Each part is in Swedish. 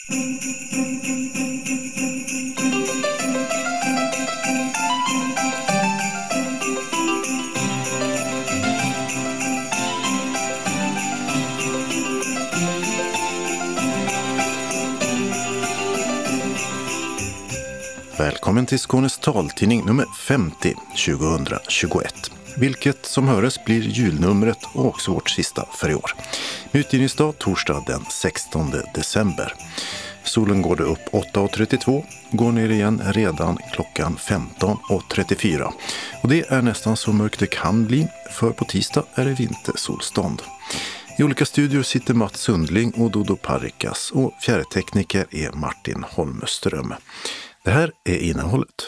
Välkommen till Skånes taltidning nummer 50 2021. Vilket som höres blir julnumret och också vårt sista för i år. Med utgivningsdag torsdag den 16 december. Solen går det upp 8.32, går ner igen redan klockan 15.34. Och det är nästan så mörkt det kan bli, för på tisdag är det vintersolstånd. I olika studior sitter Mats Sundling och Dodo Parikas och fjärrtekniker är Martin Holmström. Det här är innehållet.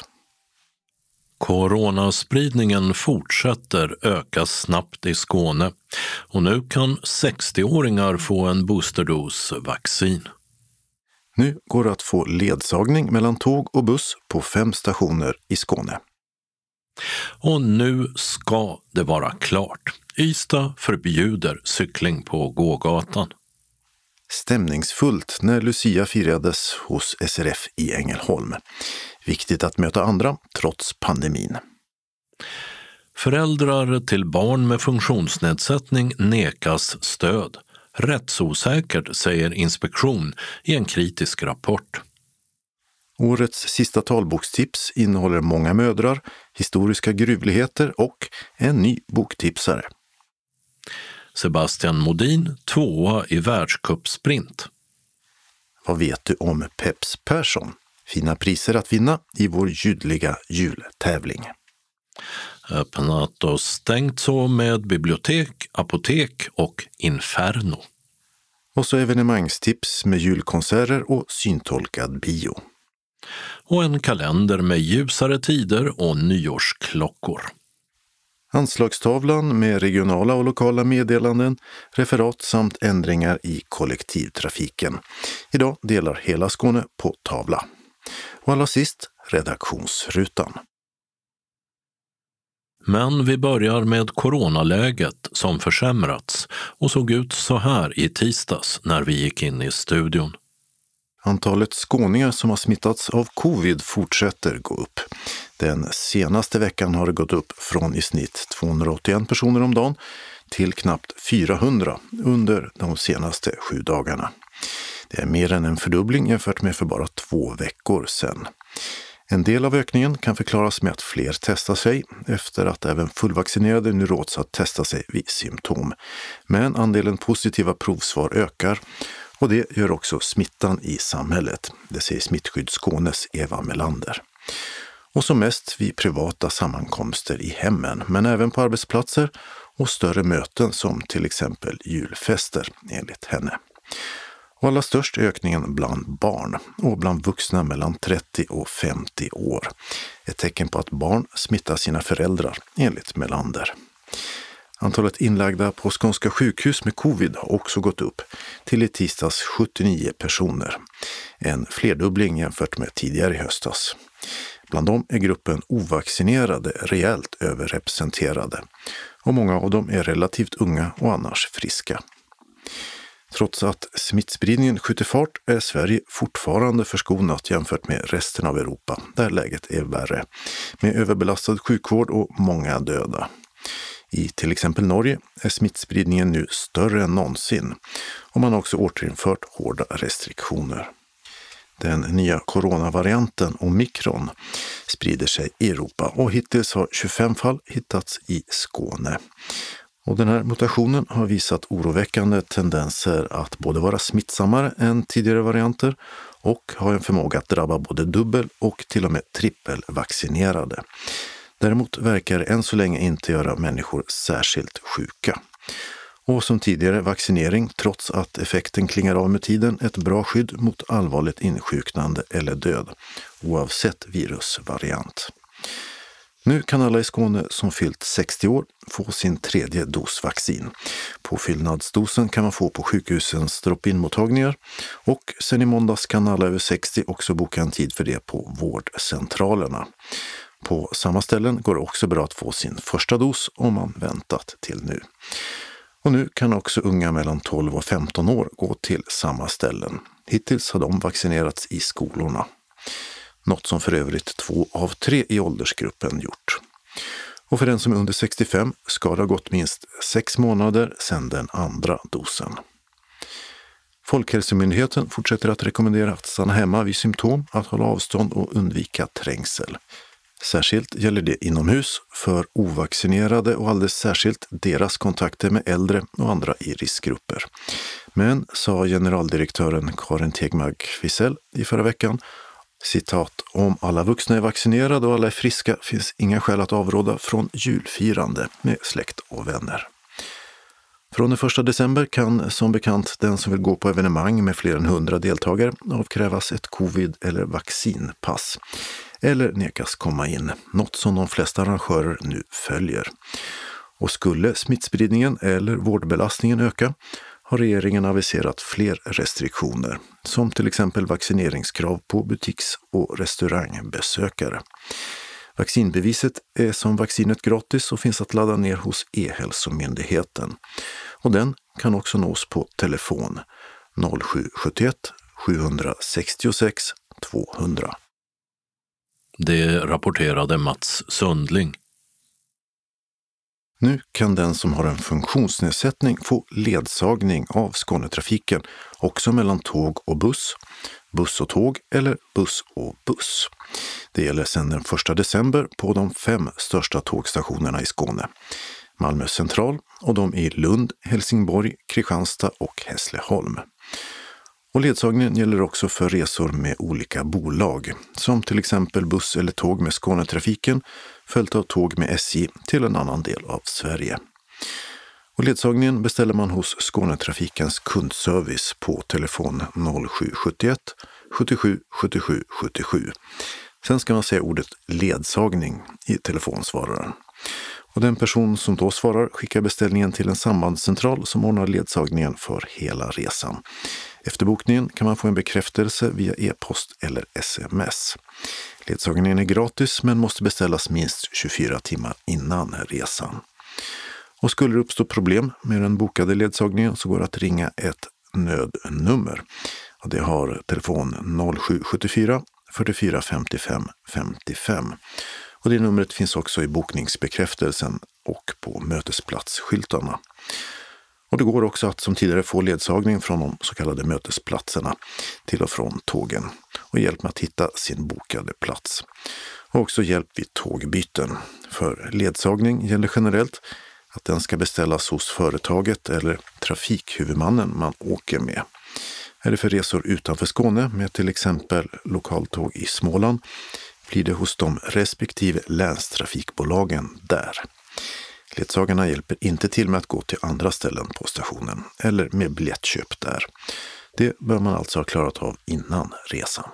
Coronaspridningen fortsätter öka snabbt i Skåne och nu kan 60-åringar få en boosterdos vaccin. Nu går det att få ledsagning mellan tåg och buss på 5 stationer i Skåne. Och nu ska det vara klart. Ystad förbjuder cykling på gågatan. Stämningsfullt när Lucia firades hos SRF i Ängelholm. Viktigt att möta andra trots pandemin. Föräldrar till barn med funktionsnedsättning nekas stöd. Rättsosäkert, säger inspektion i en kritisk rapport. Årets sista talbokstips innehåller många mödrar, historiska gruvligheter och en ny boktipsare. Sebastian Modin, 2:a i världscupsprint. Vad vet du om Peps Persson? Fina priser att vinna i vår ljudliga jultävling. Öppnat och stängt så med bibliotek, apotek och Inferno. Och så evenemangstips med julkonserter och syntolkad bio. Och en kalender med ljusare tider och nyårsklockor. Anslagstavlan med regionala och lokala meddelanden, referat samt ändringar i kollektivtrafiken. Idag delar hela Skåne på tavla. Och allra sist, redaktionsrutan. Men vi börjar med coronaläget som försämrats och såg ut så här i tisdags när vi gick in i studion. Antalet skåningar som har smittats av covid fortsätter gå upp. Den senaste veckan har det gått upp från i snitt 281 personer om dagen till knappt 400 under de senaste 7 dagarna. Det är mer än en fördubbling jämfört med för bara 2 veckor sedan. En del av ökningen kan förklaras med att fler testar sig efter att även fullvaccinerade nu råds att testa sig vid symptom. Men andelen positiva provsvar ökar och det gör också smittan i samhället. Det säger Smittskydd Skånes Eva Melander. Och som mest vid privata sammankomster i hemmen, men även på arbetsplatser och större möten som till exempel julfester enligt henne. Och allra störst ökningen bland barn och bland vuxna mellan 30 och 50 år. Ett tecken på att barn smittar sina föräldrar enligt Melander. Antalet inlagda på Skånska sjukhus med covid har också gått upp till i tisdags 79 personer. En flerdubbling jämfört med tidigare i höstas. Bland dem är gruppen ovaccinerade rejält överrepresenterade och många av dem är relativt unga och annars friska. Trots att smittspridningen skjuter fart är Sverige fortfarande förskonat jämfört med resten av Europa där läget är värre med överbelastad sjukvård och många döda. I till exempel Norge är smittspridningen nu större än någonsin och man har också återinfört hårda restriktioner. Den nya coronavarianten Omikron sprider sig i Europa och hittills har 25 fall hittats i Skåne. Och den här mutationen har visat oroväckande tendenser att både vara smittsammare än tidigare varianter och ha en förmåga att drabba både dubbel- och till och med trippelvaccinerade. Däremot verkar det än så länge inte göra människor särskilt sjuka. Och som tidigare vaccinering, trots att effekten klingar av med tiden, ett bra skydd mot allvarligt insjuknande eller död, oavsett virusvariant. Nu kan alla i Skåne som fyllt 60 år få sin 3:e dos vaccin. Påfyllnadsdosen kan man få på sjukhusens drop-in-mottagningar och sen i måndags kan alla över 60 också boka en tid för det på vårdcentralerna. På samma ställen går det också bra att få sin första dos om man väntat till nu. Och nu kan också unga mellan 12 och 15 år gå till samma ställen. Hittills har de vaccinerats i skolorna. Något som för övrigt 2 av 3 i åldersgruppen gjort. Och för den som är under 65 ska det ha gått minst 6 månader sedan den andra dosen. Folkhälsomyndigheten fortsätter att rekommendera att stanna hemma vid symptom, att hålla avstånd och undvika trängsel. Särskilt gäller det inomhus för ovaccinerade och alldeles särskilt deras kontakter med äldre och andra i riskgrupper. Men, sa generaldirektören Karin Tegmark-Wisell i förra veckan, citat, om alla vuxna är vaccinerade och alla är friska finns inga skäl att avråda från julfirande med släkt och vänner. Från den 1 december kan som bekant den som vill gå på evenemang med fler än 100 deltagare avkrävas ett covid- eller vaccinpass eller nekas komma in, något som de flesta arrangörer nu följer. Och skulle smittspridningen eller vårdbelastningen öka har regeringen aviserat fler restriktioner, som till exempel vaccineringskrav på butiks- och restaurangbesökare. Vaccinbeviset är som vaccinet gratis och finns att ladda ner hos E-hälsomyndigheten. Och den kan också nås på telefon 0771 766 200. Det rapporterade Mats Sundling. Nu kan den som har en funktionsnedsättning få ledsagning av Skånetrafiken också mellan tåg och buss och tåg eller buss och buss. Det gäller sedan den 1 december på de 5 största tågstationerna i Skåne. Malmö central och de i Lund, Helsingborg, Kristianstad och Hässleholm. Och ledsagningen gäller också för resor med olika bolag, som till exempel buss eller tåg med Skånetrafiken följt av tåg med SJ till en annan del av Sverige. Och ledsagningen beställer man hos Skånetrafikens kundservice på telefon 0771 77 77 77. Sen ska man säga ordet ledsagning i telefonsvararen. Och den person som då svarar skickar beställningen till en sambandscentral som ordnar ledsagningen för hela resan. Efter bokningen kan man få en bekräftelse via e-post eller sms. Ledsagningen är gratis men måste beställas minst 24 timmar innan resan. Och skulle det uppstå problem med den bokade ledsagningen så går det att ringa ett nödnummer. Och det har telefon 0774 44 55 55. Och det numret finns också i bokningsbekräftelsen och på mötesplatsskyltarna. Och det går också att som tidigare få ledsagning från de så kallade mötesplatserna till och från tågen och hjälp med att hitta sin bokade plats. Och också hjälp vid tågbyten. För ledsagning gäller generellt att den ska beställas hos företaget eller trafikhuvudmannen man åker med. Är det för resor utanför Skåne med till exempel lokaltåg i Småland blir det hos de respektive länstrafikbolagen där. Ledsagarna hjälper inte till med att gå till andra ställen på stationen eller med biljettköp där. Det bör man alltså ha klarat av innan resan.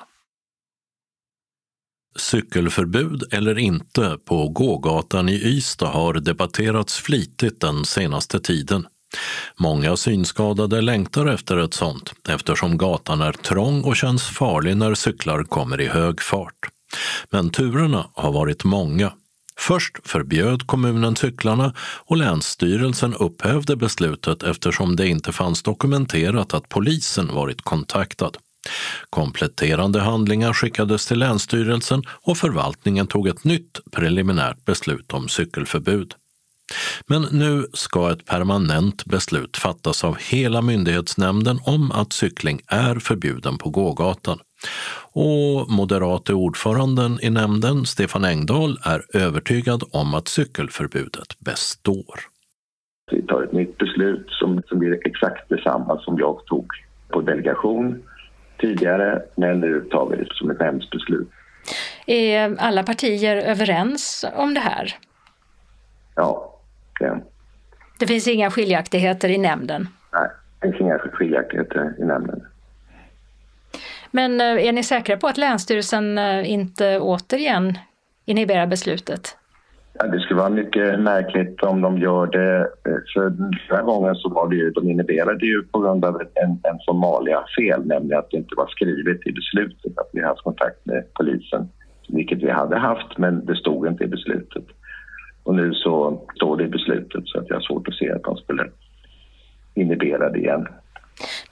Cykelförbud eller inte på gågatan i Ystad har debatterats flitigt den senaste tiden. Många synskadade längtar efter ett sånt eftersom gatan är trång och känns farlig när cyklar kommer i hög fart. Men turerna har varit många. Först förbjöd kommunen cyklarna och länsstyrelsen upphävde beslutet eftersom det inte fanns dokumenterat att polisen varit kontaktad. Kompletterande handlingar skickades till länsstyrelsen och förvaltningen tog ett nytt preliminärt beslut om cykelförbud. Men nu ska ett permanent beslut fattas av hela myndighetsnämnden om att cykling är förbjuden på gågatan. Och moderate ordföranden i nämnden, Stefan Engdahl, är övertygad om att cykelförbudet består. Vi tar ett nytt beslut som blir exakt detsamma som jag tog på delegation tidigare, men nu tar vi det som ett nämndsbeslut. Är alla partier överens om det här? Ja, det. Det finns inga skiljaktigheter i nämnden? Nej, det finns inga skiljaktigheter i nämnden. Men är ni säkra på att Länsstyrelsen inte återigen inhiberar beslutet? Ja, det skulle vara mycket märkligt om de gör det. För den här gången så var det ju, de inhiberade ju på grund av en formalia fel, nämligen att det inte var skrivet i beslutet att vi hade haft kontakt med polisen, vilket vi hade haft, men det stod inte i beslutet. Och nu så står det i beslutet så att jag har svårt att se att de skulle inhibera det igen.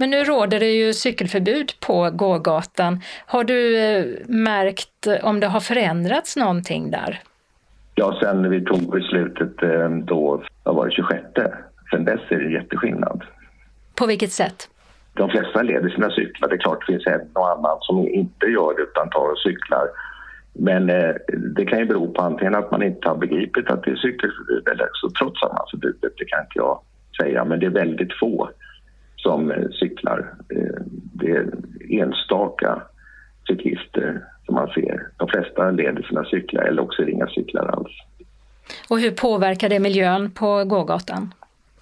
Men nu råder det ju cykelförbud på gågatan. Har du märkt om det har förändrats någonting där? Ja, sen vi tog beslutet då var det 26. Sen dess är det jätteskillnad. På vilket sätt? De flesta leder sina cyklar. Det är klart det finns en och annan som inte gör det utan tar och cyklar. Men det kan ju bero på antingen att man inte har begripit att det är cykelförbud eller så trotsar förbudet, det kan inte jag säga. Men det är väldigt få som cyklar. Det är enstaka cyklister som man ser. De flesta leder sina cyklar eller också inga cyklar alls. Och hur påverkar det miljön på gågatan?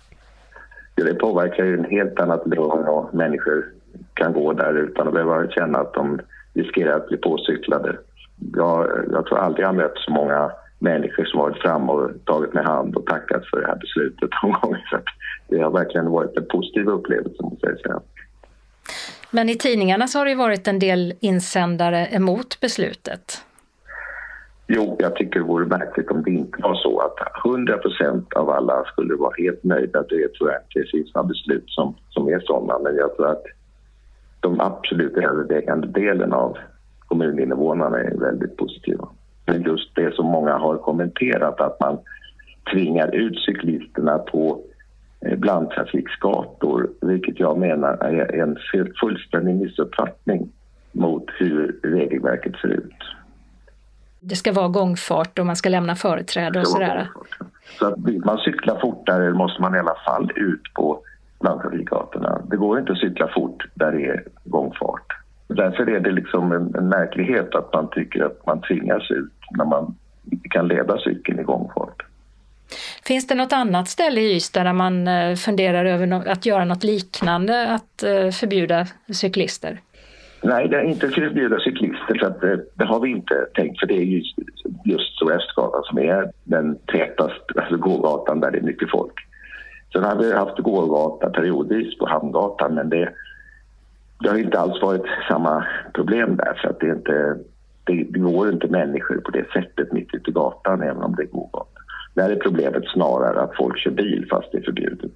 Det påverkar ju en helt annat lugn och människor kan gå där utan att behöva känna att de riskerar att bli påcyklade. Jag tror aldrig jag mött så många människor som varit fram och tagit med hand och tackat för det här beslutet någon gång. Så det har verkligen varit en positiv upplevelse, måste jag säga. Men i tidningarna så har det varit en del insändare emot beslutet. Jo, jag tycker det vore märkligt om det inte var så att 100% av alla skulle vara helt nöjda. Det tror jag inte finns några beslut som är sådana. Men jag tror att de absolut övervägande delen av kommuninvånarna är väldigt positiva. Men just det som många har kommenterat, att man tvingar ut cyklisterna på blandtrafiksgator, vilket jag menar är en fullständig missuppfattning mot hur regelverket ser ut. Det ska vara gångfart och man ska lämna företräde och sådär. Så att vill man cykla fortare måste man i alla fall ut på blandtrafikgatorna. Det går inte att cykla fort där det är gångfart. Därför är det liksom en märklighet att man tycker att man tvingas ut när man kan leda cykeln i gångfart. Finns det något annat ställe i Ystad där man funderar över att göra något liknande, att förbjuda cyklister? Nej, det är inte förbjuda cyklister, för att det har vi inte tänkt, för det är just så Östgatan som är den tätaste, alltså gågatan där det är mycket folk. Sen har vi haft gågata periodvis på Hamngatan, men det har inte alls varit samma problem där, för att det går inte människor på det sättet mitt ute i gatan även om det är gågata. Där är problemet snarare att folk kör bil fast det är förbjudet.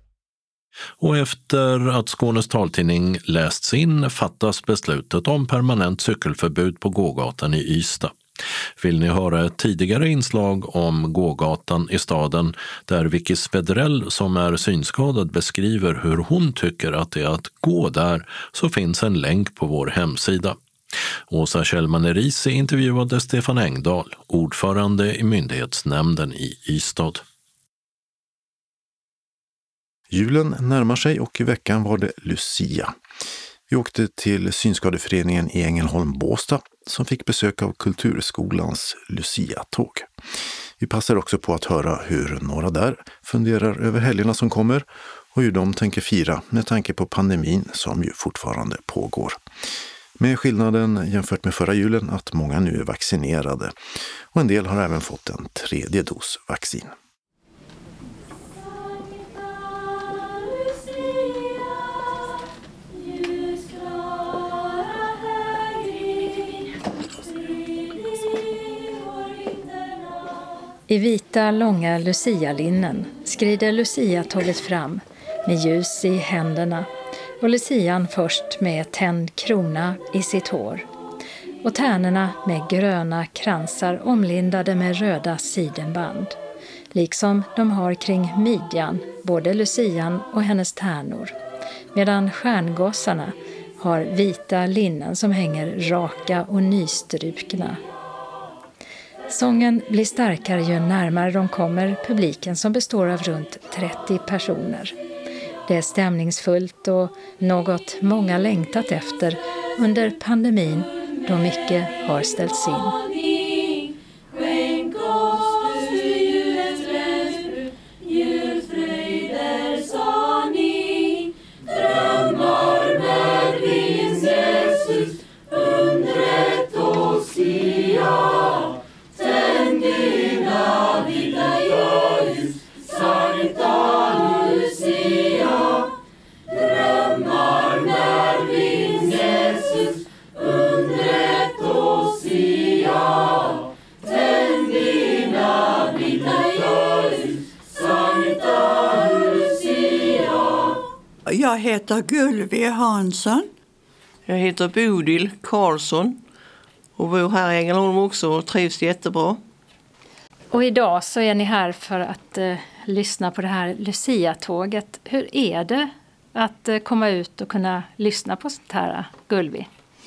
Och efter att Skånes taltidning lästs in fattas beslutet om permanent cykelförbud på gågatan i Ystad. Vill ni höra ett tidigare inslag om gågatan i staden där Vicky Svederell som är synskadad beskriver hur hon tycker att det är att gå där, så finns en länk på vår hemsida. Åsa Kjellman-Erisi intervjuade Stefan Engdahl, ordförande i myndighetsnämnden i Ystad. Julen närmar sig och i veckan var det Lucia. Vi åkte till synskadeföreningen i Ängelholm-Båstad som fick besök av Kulturskolans Lucia-tåg. Vi passar också på att höra hur några där funderar över helgerna som kommer och hur de tänker fira med tanke på pandemin som ju fortfarande pågår. Med skillnaden jämfört med förra julen att många nu är vaccinerade och en del har även fått en 3:e dos vaccin. I vita långa Lucia-linnen skrider Lucia-tåget fram med ljus i händerna och Lucian först med tänd krona i sitt hår och tärnorna med gröna kransar omlindade med röda sidenband, liksom de har kring midjan både Lucian och hennes tärnor, medan stjärngossarna har vita linnen som hänger raka och nystrukna. Sången blir starkare ju närmare de kommer publiken som består av runt 30 personer. Det är stämningsfullt och något många längtat efter under pandemin då mycket har ställts in. Undret oss, ja. heter Gulvi Hansson. Jag heter Bodil Karlsson och bor här i Ängelholm också och trivs jättebra. Och idag så är ni här för att lyssna på det här Lucia-tåget. Hur är det att komma ut och kunna lyssna på sånt här, Gulvi?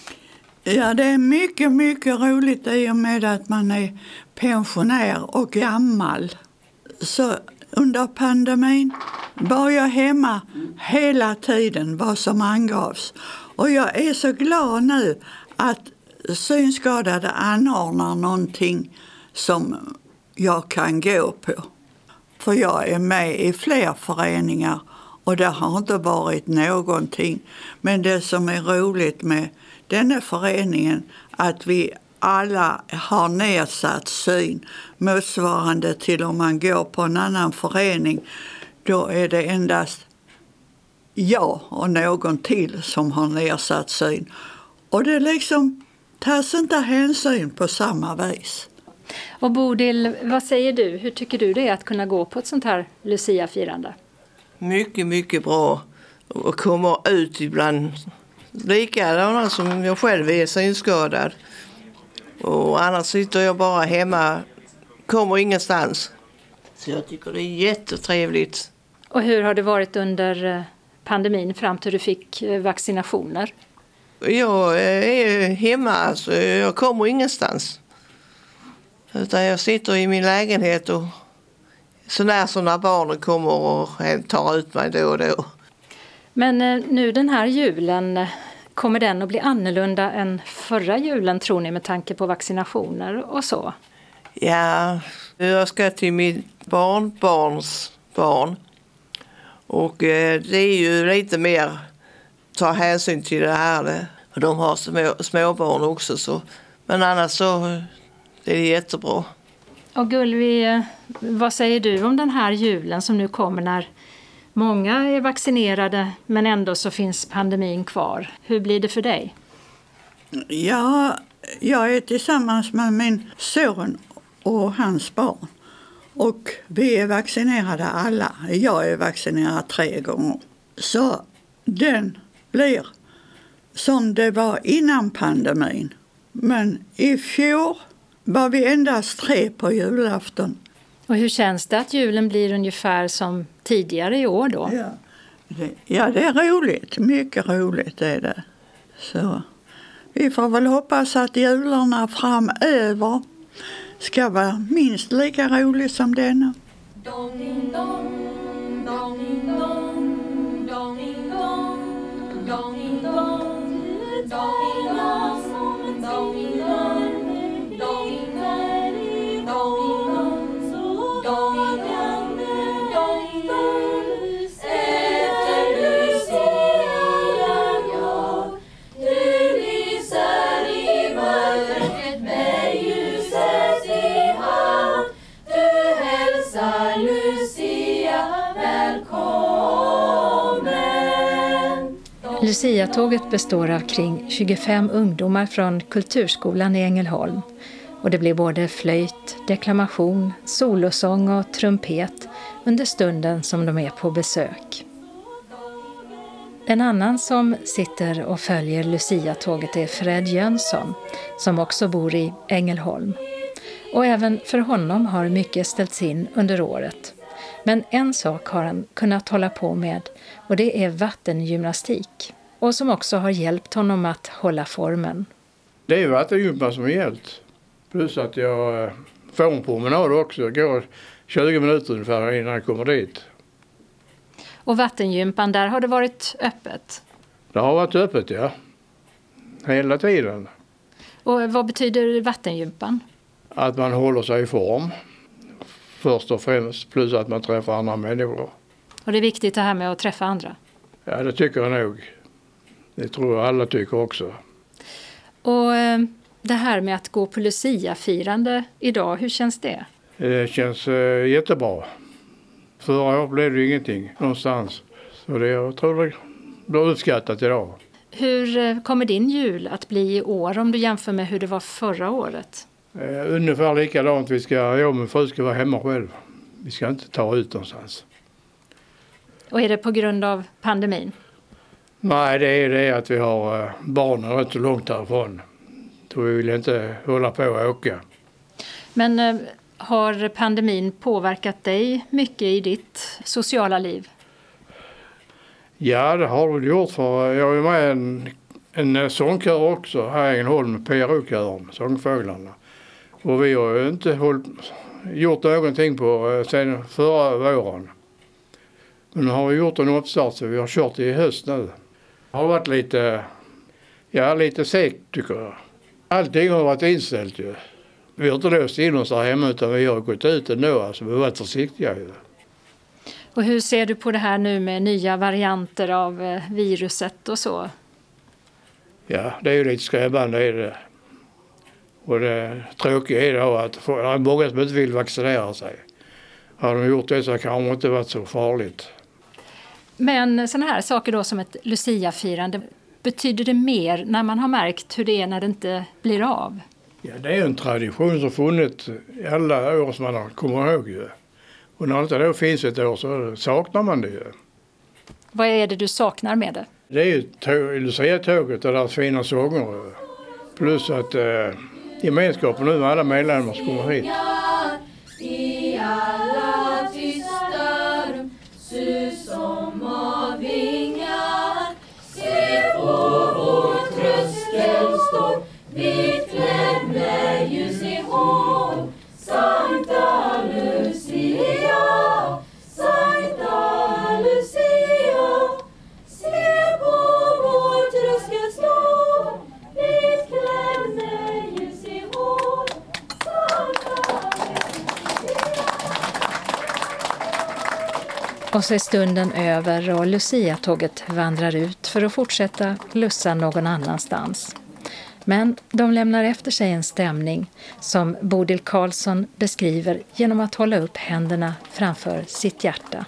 Ja, det är mycket, mycket roligt i och med att man är pensionär och gammal. Så under pandemin var jag hemma hela tiden vad som angavs. Och jag är så glad nu att synskadade anordnar någonting som jag kan gå på. För jag är med i fler föreningar och det har inte varit någonting. Men det som är roligt med denna föreningen att vi alla har nedsatt syn motsvarande till om man går på en annan förening. Då är det endast jag och någon till som har nedsatt syn. Och det liksom tas inte hänsyn på samma vis. Och Bodil, vad säger du? Hur tycker du det är att kunna gå på ett sånt här Lucia-firande? Mycket, mycket bra att komma ut ibland likadana som jag själv är synskadad. Och annars sitter jag bara hemma, kommer ingenstans. Så jag tycker det är jättetrevligt. Och hur har det varit under pandemin fram till du fick vaccinationer? Jag är hemma, alltså jag kommer ingenstans. Utan jag sitter i min lägenhet och så när sådana barnen kommer och tar ut mig då och då. Men nu den här julen, kommer den att bli annorlunda än förra julen tror ni med tanke på vaccinationer och så? Ja, jag ska till mitt barnbarns barn. Och det är ju lite mer ta hänsyn till det här. De har småbarn också så. Men annars så det är jättebra. Och Gulvi, vad säger du om den här julen som nu kommer när många är vaccinerade men ändå så finns pandemin kvar? Hur blir det för dig? Ja, jag är tillsammans med min son och hans barn. Och vi är vaccinerade alla. Jag är vaccinerad 3 gånger. Så den blir som det var innan pandemin. Men i fjol var vi endast 3 på julafton. Och hur känns det att julen blir ungefär som tidigare i år då? Ja, det är roligt. Mycket roligt är det. Så vi får väl hoppas att jularna framöver ska vara minst lika roligt som denna. Dong, dong, dong, dong, dong, dong, dong, dong, Lucia-tåget består av kring 25 ungdomar från Kulturskolan i Ängelholm. Och det blir både flöjt, deklamation, solosång och trumpet under stunden som de är på besök. En annan som sitter och följer Lucia-tåget är Fred Jönsson som också bor i Ängelholm. Och även för honom har mycket ställts in under året. Men en sak har han kunnat hålla på med och det är vattengymnastik. Och som också har hjälpt honom att hålla formen. Det är vattengympa som har hjälpt. Plus att jag får en promenad också. Jag går 20 minuter ungefär innan jag kommer dit. Och vattengympan, där har det varit öppet? Det har varit öppet, ja. Hela tiden. Och vad betyder vattengympan? Att man håller sig i form. Först och främst. Plus att man träffar andra människor. Och det är viktigt det här med att träffa andra? Ja, det tycker jag nog. Det tror jag alla tycker också. Och det här med att gå på Lucia-firande idag, hur känns det? Det känns jättebra. Förra året blev det ingenting någonstans. Så det, jag tror det blir uppskattat idag. Hur kommer din jul att bli i år om du jämför med hur det var förra året? Ungefär likadant. Jag och min fru ska vara hemma själv. Vi ska inte ta ut någonstans. Och är det på grund av pandemin? Nej, det är det att vi har barnen rätt så långt härifrån. Så vi vill inte hålla på och åka. Men har pandemin påverkat dig mycket i ditt sociala liv? Ja, det har det gjort, för jag är med en sångkör också här i Ängelholm, PRO-kören, Sångfåglarna. Och vi har ju inte gjort någonting på sen förra våren. Men nu har vi gjort en uppstart, så vi har kört i höst nu. Det har varit lite segt tycker jag. Allting har varit inställt ju. Vi har inte låst in oss här hemma, utan vi har gått ut ändå, alltså vi har varit försiktiga ju. Och hur ser du på det här nu med nya varianter av viruset och så? Ja, det är ju lite skrämmande är det. Och det tråkiga är då att det är många som inte vill vaccinera sig. Har de gjort det så kan det inte varit så farligt. Men sådana här saker då som ett Lucia-firande, betyder det mer när man har märkt hur det är när det inte blir av? Ja, det är en tradition som funnits i alla år som man kommer ihåg ju. Och när det inte då finns ett år så saknar man det ju. Vad är det du saknar med det? Det är ju Lucia-tåget och deras fina sånger. Plus att gemenskapen nu med alla medlemmar som kommer hit. I alla tysta rum, sus som av vingar. Se på vår tröskel står, vitklädd med ljus i hår. Sankta Lucia, Sankta Lucia. Se på vår tröskel står, vitklädd med ljus i hår. Och så är stunden över och Lucia-tåget vandrar ut för att fortsätta lussa någon annanstans. Men de lämnar efter sig en stämning som Bodil Karlsson beskriver genom att hålla upp händerna framför sitt hjärta.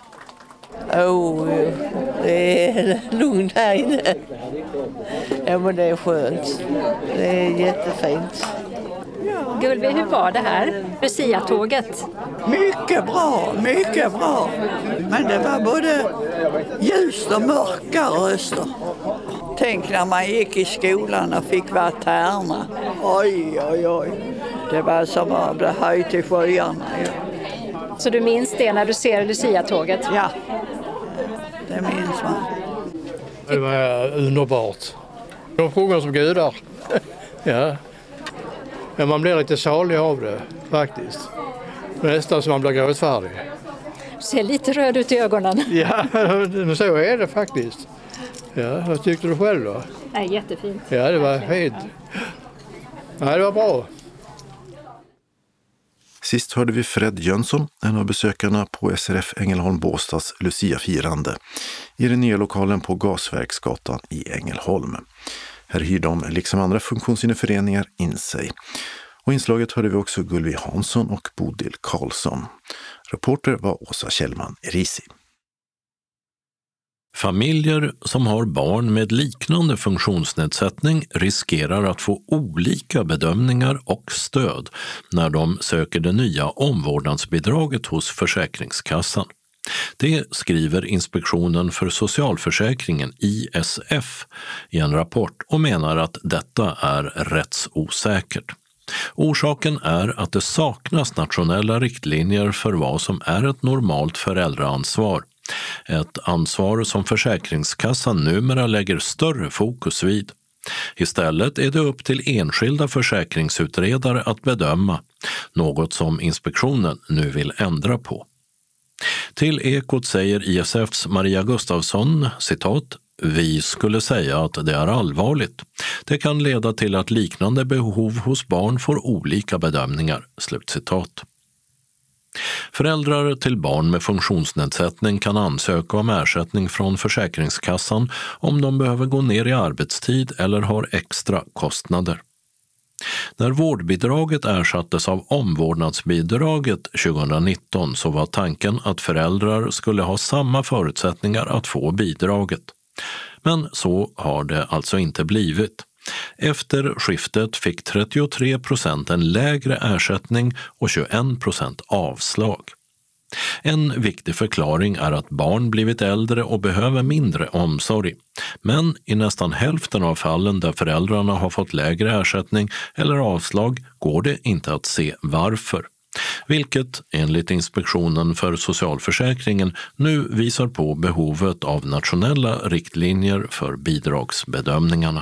Det är lugnt här inne. Ja, men det är skönt. Det är jättefint. Gulvi, hur var det här, Lucia-tåget? Mycket bra, mycket bra. Men det var både ljust och mörka röster. Tänk när man gick i skolan och fick vara tärna. Oj, oj, oj. Det var som att bli höjt till sjöarna. Ja. Så du minns det när du ser Lucia-tåget? Ja, det minns man. Det var underbart. De sjunger som gudar. Ja. Men man blir lite salig av det, faktiskt. Nästan som man blir gråtfärdig. Du ser lite röd ut i ögonen. Ja, men så är det faktiskt. Ja, vad tyckte du själv då? Nej, jättefint. Ja, det var fint. Ja, det var bra. Sist hörde vi Fred Jönsson, en av besökarna på SRF Ängelholm Båstads Lucia-firande i den nya lokalen på Gasverksgatan i Ängelholm. Här hyr de, liksom andra funktionshinneföreningar, in sig. Och inslaget hörde vi också Gulvi Hansson och Bodil Karlsson. Reporter var Åsa Kjellman Erisi. Familjer som har barn med liknande funktionsnedsättning riskerar att få olika bedömningar och stöd när de söker det nya omvårdnadsbidraget hos Försäkringskassan. Det skriver Inspektionen för socialförsäkringen, ISF, i en rapport och menar att detta är rättsosäkert. Orsaken är att det saknas nationella riktlinjer för vad som är ett normalt föräldraansvar. Ett ansvar som Försäkringskassan numera lägger större fokus vid. Istället är det upp till enskilda försäkringsutredare att bedöma, något som inspektionen nu vill ändra på. Till Ekot säger ISFs Maria Gustafsson, citat, "Vi skulle säga att det är allvarligt. Det kan leda till att liknande behov hos barn får olika bedömningar." Slutcitat. Föräldrar till barn med funktionsnedsättning kan ansöka om ersättning från Försäkringskassan om de behöver gå ner i arbetstid eller har extra kostnader. När vårdbidraget ersattes av omvårdnadsbidraget 2019 så var tanken att föräldrar skulle ha samma förutsättningar att få bidraget. Men så har det alltså inte blivit. Efter skiftet fick 33% en lägre ersättning och 21% avslag. En viktig förklaring är att barn blivit äldre och behöver mindre omsorg. Men i nästan hälften av fallen där föräldrarna har fått lägre ersättning eller avslag går det inte att se varför. Vilket, enligt Inspektionen för socialförsäkringen, nu visar på behovet av nationella riktlinjer för bidragsbedömningarna.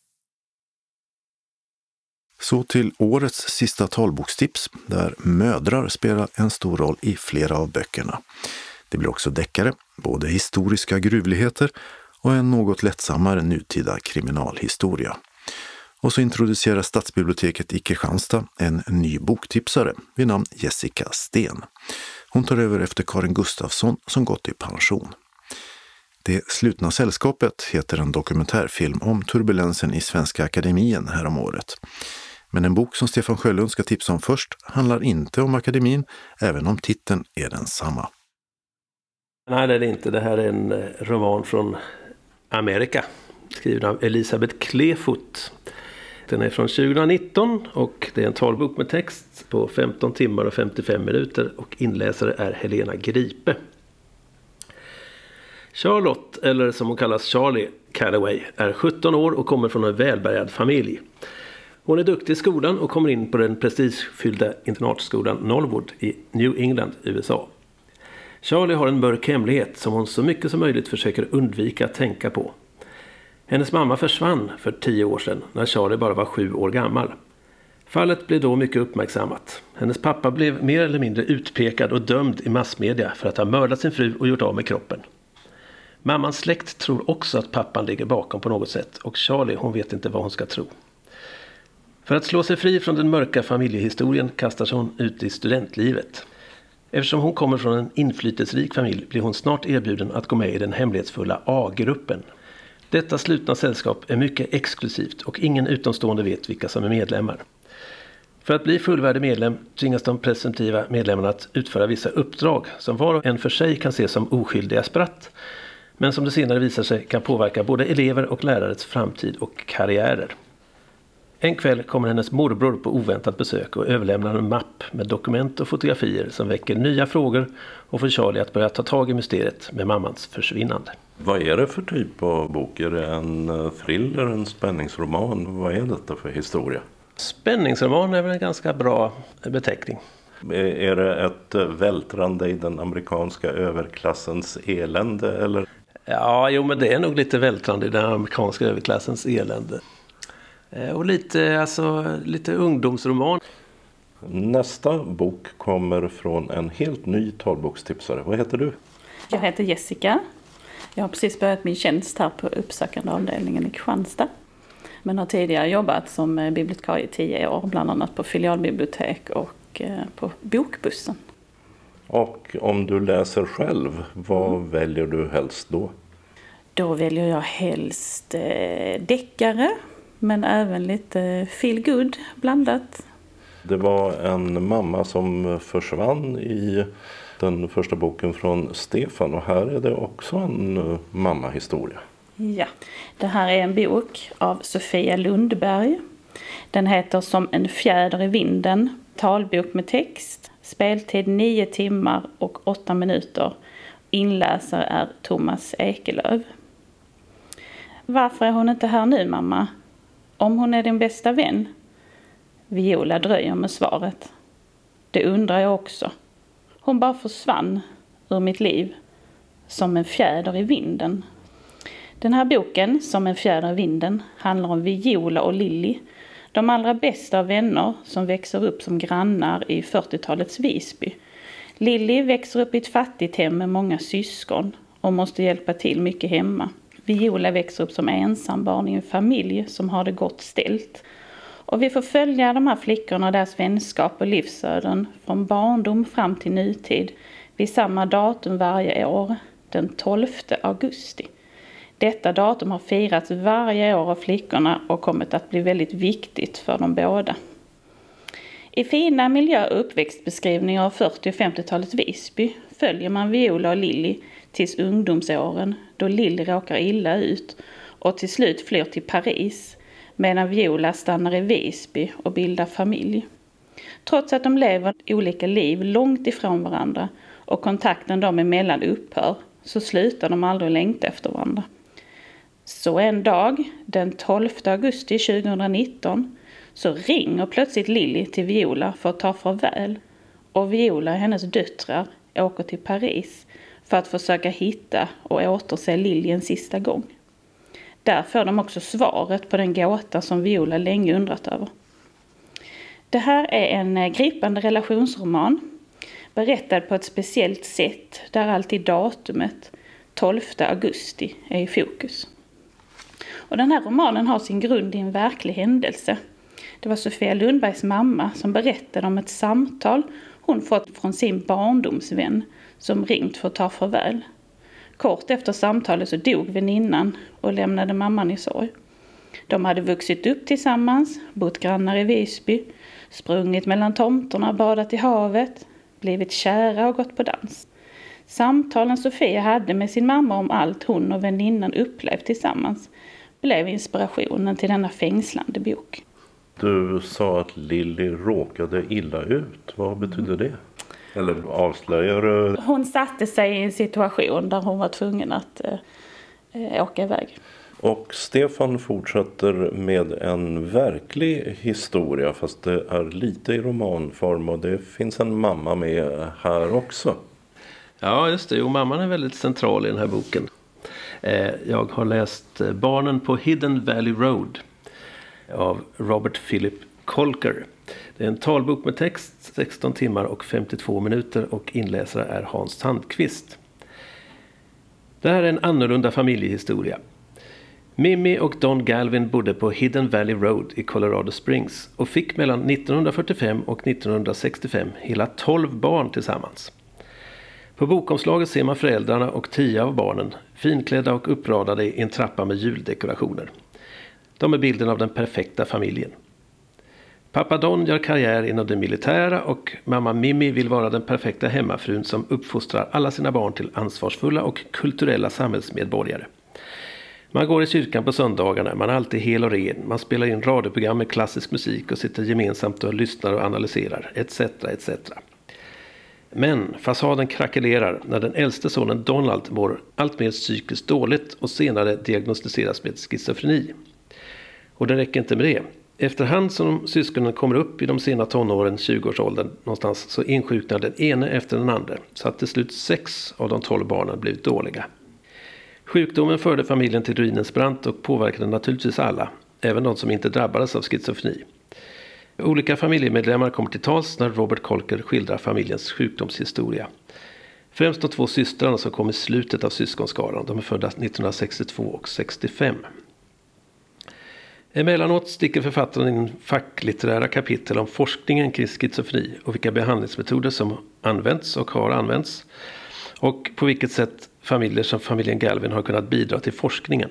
Så till årets sista talbokstips, där mödrar spelar en stor roll i flera av böckerna. Det blir också deckare, både historiska gruvligheter och en något lättsammare nutida kriminalhistoria. Och så introducerar Stadsbiblioteket i Kristianstad en ny boktipsare vid namn Jessica Sten. Hon tar över efter Karin Gustafsson som gått i pension. Det slutna sällskapet heter en dokumentärfilm om turbulensen i Svenska Akademien häromåret. Men en bok som Stefan Sjölund ska tipsa om först handlar inte om akademin, även om titeln är densamma. Nej, det är det inte. Det här är en roman från Amerika, skriven av Elisabeth Klefoot. Den är från 2019 och det är en talbok med text på 15 timmar och 55 minuter och inläsare är Helena Gripe. Charlotte, eller som hon kallas Charlie Calloway, är 17 år och kommer från en välbärgad familj. Hon är duktig i skolan och kommer in på den prestigefyllda internatskolan Norwood i New England, USA. Charlie har en mörk hemlighet som hon så mycket som möjligt försöker undvika att tänka på. Hennes mamma försvann för 10 år sedan när Charlie bara var 7 år gammal. Fallet blev då mycket uppmärksammat. Hennes pappa blev mer eller mindre utpekad och dömd i massmedia för att ha mördat sin fru och gjort av med kroppen. Mammans släkt tror också att pappan ligger bakom på något sätt och Charlie, hon vet inte vad hon ska tro. För att slå sig fri från den mörka familjehistorien kastas hon ut i studentlivet. Eftersom hon kommer från en inflytelserik familj blir hon snart erbjuden att gå med i den hemlighetsfulla A-gruppen. Detta slutna sällskap är mycket exklusivt och ingen utomstående vet vilka som är medlemmar. För att bli fullvärdig medlem tvingas de presumtiva medlemmarna att utföra vissa uppdrag som var och en för sig kan ses som oskyldiga spratt, men som det senare visar sig kan påverka både elever och lärares framtid och karriärer. En kväll kommer hennes morbror på oväntat besök och överlämnar en mapp med dokument och fotografier som väcker nya frågor och får Charlie att börja ta tag i mysteriet med mammans försvinnande. Vad är det för typ av bok? Är det en thriller, en spänningsroman? Vad är detta för historia? Spänningsroman är väl en ganska bra beteckning. Är det ett vältrande i den amerikanska överklassens elände? Eller? Ja, jo, men det är nog lite vältrande i den amerikanska överklassens elände. Och lite ungdomsroman. Nästa bok kommer från en helt ny talbokstipsare. Vad heter du? Jag heter Jessica. Jag har precis börjat min tjänst här på uppsökande avdelningen i Kristianstad. Men har tidigare jobbat som bibliotekarie i 10 år, bland annat på filialbibliotek och på bokbussen. Och om du läser själv, vad väljer du helst då? Då väljer jag helst deckare, men även lite feel good blandat. Det var en mamma som försvann i den första boken från Stefan och här är det också en mammahistoria. Ja, det här är en bok av Sofia Lundberg. Den heter Som en fjäder i vinden, talbok med text, speltid 9 timmar och 8 minuter. Inläsare är Thomas Ekelöv. Varför är hon inte här nu, mamma? Om hon är din bästa vän? Viola dröjer med svaret. Det undrar jag också. Hon bara försvann ur mitt liv som en fjäder i vinden. Den här boken, Som en fjäder i vinden, handlar om Viola och Lilly, de allra bästa vänner som växer upp som grannar i 40-talets Visby. Lilly växer upp i ett fattigt hem med många syskon och måste hjälpa till mycket hemma. Viola växer upp som ensambarn i en familj som har det gott ställt. Och vi får följa de här flickorna och deras vänskap och livsöden från barndom fram till nutid vid samma datum varje år, den 12 augusti. Detta datum har firats varje år av flickorna och kommit att bli väldigt viktigt för dem båda. I fina miljö- och uppväxtbeskrivningar av 40- och 50-talets Visby följer man Viola och Lilly tills ungdomsåren då Lilly råkar illa ut och till slut flyr till Paris medan Viola stannar i Visby och bildar familj. Trots att de lever olika liv långt ifrån varandra och kontakten dem emellan upphör, så slutar de aldrig längta efter varandra. Så en dag, den 12 augusti 2019, så ringer plötsligt Lily till Viola för att ta farväl. Och Viola och hennes döttrar åker till Paris för att försöka hitta och återse Lily en sista gång. Där får de också svaret på den gåta som Viola länge undrat över. Det här är en gripande relationsroman, berättad på ett speciellt sätt där alltid datumet 12 augusti är i fokus. Och den här romanen har sin grund i en verklig händelse. Det var Sofia Lundbergs mamma som berättade om ett samtal hon fått från sin barndomsvän som ringt för att ta farväl. Kort efter samtalet så dog väninnan och lämnade mamman i sorg. De hade vuxit upp tillsammans, bott grannar i Visby, sprungit mellan tomterna, badat i havet, blivit kära och gått på dans. Samtalen Sofia hade med sin mamma om allt hon och väninnan upplevt tillsammans blev inspirationen till denna fängslande bok. Du sa att Lily råkade illa ut. Vad betyder det? Eller avslöjar du? Hon satte sig i en situation där hon var tvungen att åka iväg. Och Stefan fortsätter med en verklig historia, fast det är lite i romanform och det finns en mamma med här också. Ja, just det. Och mamman är väldigt central i den här boken. Jag har läst Barnen på Hidden Valley Road av Robert Philip Kolker. Det är en talbok med text, 16 timmar och 52 minuter och inläsare är Hans Sandqvist. Det här är en annorlunda familjehistoria. Mimi och Don Galvin bodde på Hidden Valley Road i Colorado Springs och fick mellan 1945 och 1965 hela 12 barn tillsammans. På bokomslaget ser man föräldrarna och 10 av barnen finklädda och uppradade i en trappa med juldekorationer. De är bilden av den perfekta familjen. Pappa Don gör karriär inom det militära och mamma Mimi vill vara den perfekta hemmafrun som uppfostrar alla sina barn till ansvarsfulla och kulturella samhällsmedborgare. Man går i kyrkan på söndagarna, man är alltid hel och ren, man spelar in radioprogram med klassisk musik och sitter gemensamt och lyssnar och analyserar, etc. etc. Men fasaden krackelerar när den äldste sonen Donald mår allt mer psykiskt dåligt och senare diagnostiseras med schizofreni. Och det räcker inte med det. Efterhand som syskonen kommer upp i de sena tonåren, 20-årsåldern någonstans, så insjuknar den ene efter den andra, så att till slut 6 av de 12 barnen blivit dåliga. Sjukdomen förde familjen till ruinens brant och påverkade naturligtvis alla, även de som inte drabbades av schizofreni. Olika familjemedlemmar kommer till tals när Robert Kolker skildrar familjens sjukdomshistoria. Främst de 2 systrarna som kom i slutet av syskonskaran, de är födda 1962 och 65. Emellanåt sticker författaren in facklitterära kapitel om forskningen kring schizofreni och vilka behandlingsmetoder som används och har använts och på vilket sätt familjer som familjen Galvin har kunnat bidra till forskningen.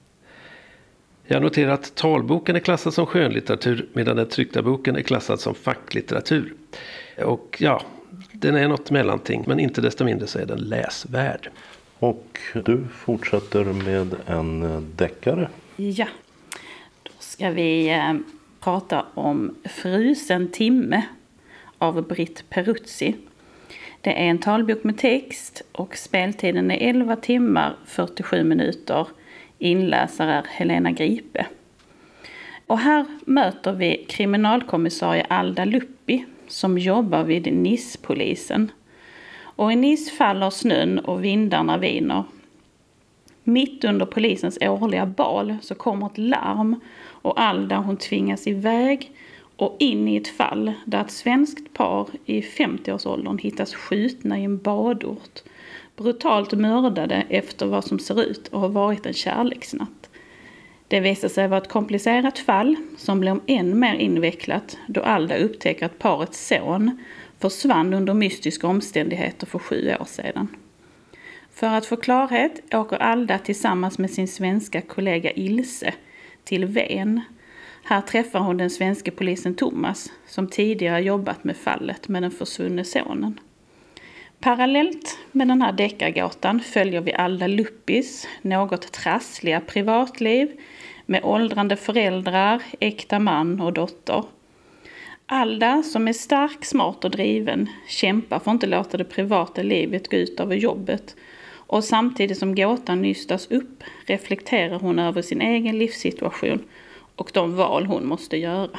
Jag noterar att talboken är klassad som skönlitteratur medan den tryckta boken är klassad som facklitteratur. Och ja, den är något mellanting, men inte desto mindre så är den läsvärd. Och du fortsätter med en deckare. Ja, då ska vi prata om Frusen timme av Britt Peruzzi. Det är en talbok med text och speltiden är 11 timmar 47 minuter. Inläsare är Helena Gripe. Och här möter vi kriminalkommissarie Alda Luppi som jobbar vid Nice-polisen. Och i Nice faller snön och vindarna viner. Mitt under polisens årliga bal så kommer ett larm och Alda hon tvingas iväg och in i ett fall där ett svenskt par i 50-årsåldern hittas skjutna i en badort. Brutalt mördade efter vad som ser ut och har varit en kärleksnatt. Det visar sig vara ett komplicerat fall som blir än mer invecklat då Alda upptäcker att parets son försvann under mystiska omständigheter för 7 år sedan. För att få klarhet åker Alda tillsammans med sin svenska kollega Ilse till Ven. Här träffar hon den svenska polisen Thomas som tidigare jobbat med fallet med den försvunne sonen. Parallellt med den här deckargåtan följer vi Alda Luppis något trassliga privatliv med åldrande föräldrar, äkta man och dotter. Alda, som är stark, smart och driven, kämpar för att inte låta det privata livet gå ut över jobbet. Och samtidigt som gåtan nystas upp reflekterar hon över sin egen livssituation och de val hon måste göra.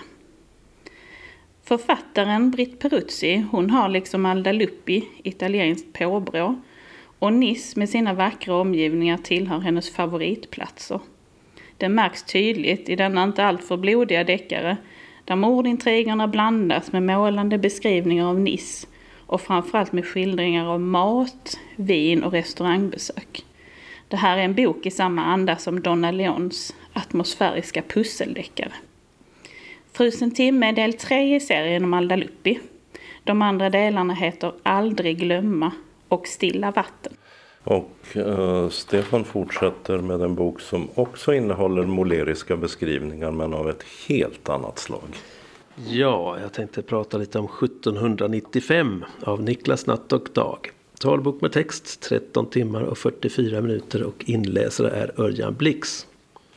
Författaren Britt Peruzzi, hon har liksom Alda Luppi italienskt påbrå, och Nice med sina vackra omgivningar tillhör hennes favoritplatser. Det märks tydligt i denna inte alltför blodiga deckare, där mordintrigerna blandas med målande beskrivningar av Nice och framförallt med skildringar av mat, vin och restaurangbesök. Det här är en bok i samma anda som Donna Leons atmosfäriska pusseldeckare. Frusen timme är del 3 i serien om Alda Luppi. De andra delarna heter Aldrig glömma och Stilla vatten. Och Stefan fortsätter med en bok som också innehåller måleriska beskrivningar men av ett helt annat slag. Ja, jag tänkte prata lite om 1795 av Niklas Natt och dag. Talbok med text, 13 timmar och 44 minuter och inläsare är Örjan Blix.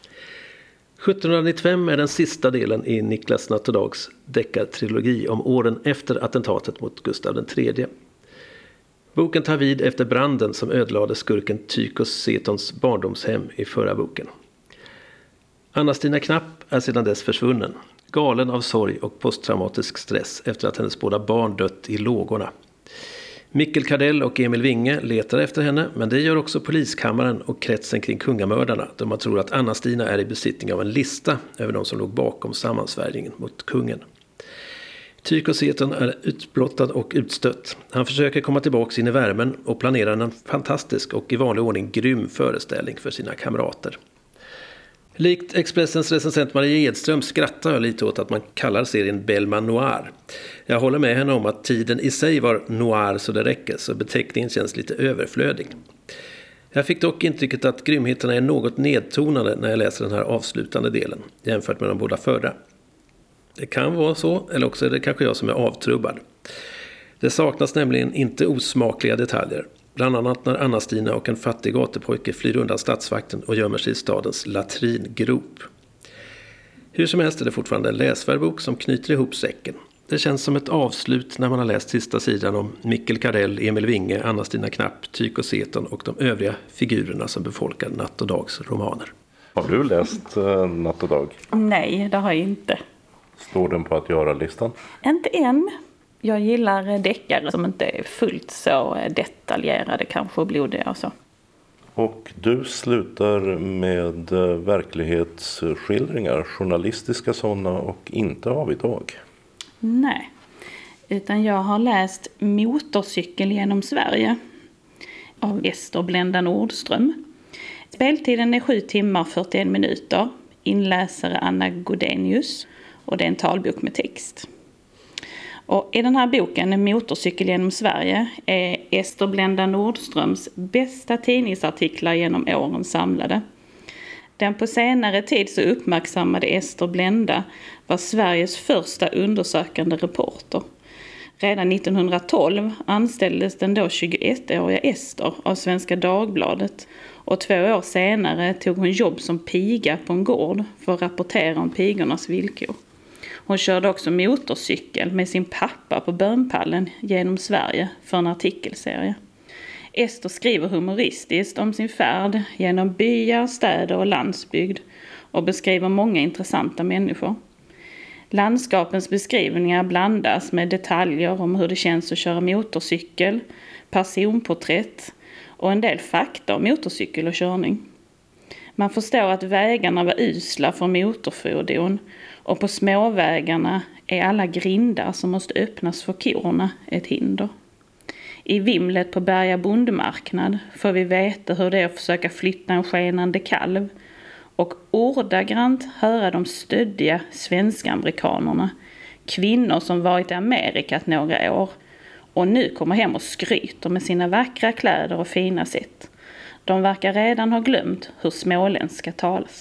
1795 är den sista delen i Niklas Natt och dags deckartrilogi om åren efter attentatet mot Gustav III. Boken tar vid efter branden som ödelade skurken Tykos Setons barndomshem i förra boken. Anna-Stina Knapp är sedan dess försvunnen, galen av sorg och posttraumatisk stress efter att hennes båda barn dött i lågorna. Mikkel Kardell och Emil Winge letar efter henne, men det gör också poliskammaren och kretsen kring kungamördarna, då man tror att Anna-Stina är i besittning av en lista över de som låg bakom sammansvärjningen mot kungen. Tycho Seton är utblottad och utstött. Han försöker komma tillbaka in i värmen och planerar en fantastisk och i vanlig ordning grym föreställning för sina kamrater. Likt Expressens recensent Marie Edström skrattar jag lite åt att man kallar serien Bellman Noir. Jag håller med henne om att tiden i sig var noir så det räcker, så beteckningen känns lite överflödig. Jag fick dock intrycket att grymheterna är något nedtonade när jag läser den här avslutande delen, jämfört med de båda förra. Det kan vara så, eller också är det kanske jag som är avtrubbad. Det saknas nämligen inte osmakliga detaljer. Bland annat när Anna-Stina och en fattig gatupojke flyr undan stadsvakten och gömmer sig i stadens latringrop. Hur som helst är det fortfarande en läsvärd bok som knyter ihop säcken. Det känns som ett avslut när man har läst sista sidan om Mikkel Kardell, Emil Winge, Anna-Stina Knapp, Tycho Seton och de övriga figurerna som befolkar Natt och dags romaner. Har du läst Natt och dag? Nej, det har jag inte. Står den på att göra-listan? Inte än. Jag gillar deckare som inte är fullt så detaljerade kanske och blodiga och så. Och du slutar med verklighetsskildringar, journalistiska sådana och inte av idag. Nej, utan jag har läst Motorcykel genom Sverige av Ester Blenda Nordström. Speltiden är 7 timmar 41 minuter. Inläsare Anna Godenius och det är en talbok med text. Och i den här boken, Motorcykel genom Sverige, är Ester Blenda Nordströms bästa tidningsartiklar genom åren samlade. Den på senare tid så uppmärksammade Ester Blenda var Sveriges första undersökande reporter. Redan 1912 anställdes den då 21-åriga Ester av Svenska Dagbladet och 2 år senare tog hon jobb som piga på en gård för att rapportera om pigornas villkor. Hon körde också motorcykel med sin pappa på bönpallen genom Sverige för en artikelserie. Ester skriver humoristiskt om sin färd genom byar, städer och landsbygd och beskriver många intressanta människor. Landskapens beskrivningar blandas med detaljer om hur det känns att köra motorcykel, personporträtt och en del fakta om motorcykel och körning. Man förstår att vägarna var usla för motorfordon och på småvägarna är alla grindar som måste öppnas för korna ett hinder. I vimlet på Berga bondmarknad får vi veta hur det är att försöka flytta en skenande kalv och ordagrant höra de stöddiga svenska amerikanerna, kvinnor som varit i Amerika några år och nu kommer hem och skryter med sina vackra kläder och fina sätt. De verkar redan ha glömt hur småländska talas.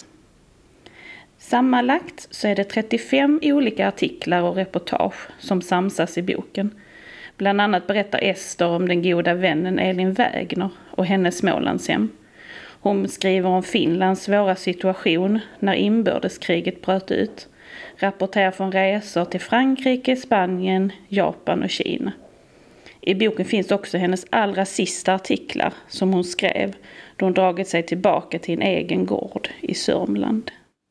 Sammanlagt så är det 35 olika artiklar och reportage som samsas i boken. Bland annat berättar Ester om den goda vännen Elin Wägner och hennes Smålandshem. Hon skriver om Finlands svåra situation när inbördeskriget bröt ut rapporterar från resor till Frankrike, Spanien, Japan och Kina. I boken finns också hennes allra sista artiklar som hon skrev då hon dragit sig tillbaka till en egen gård i Sörmland.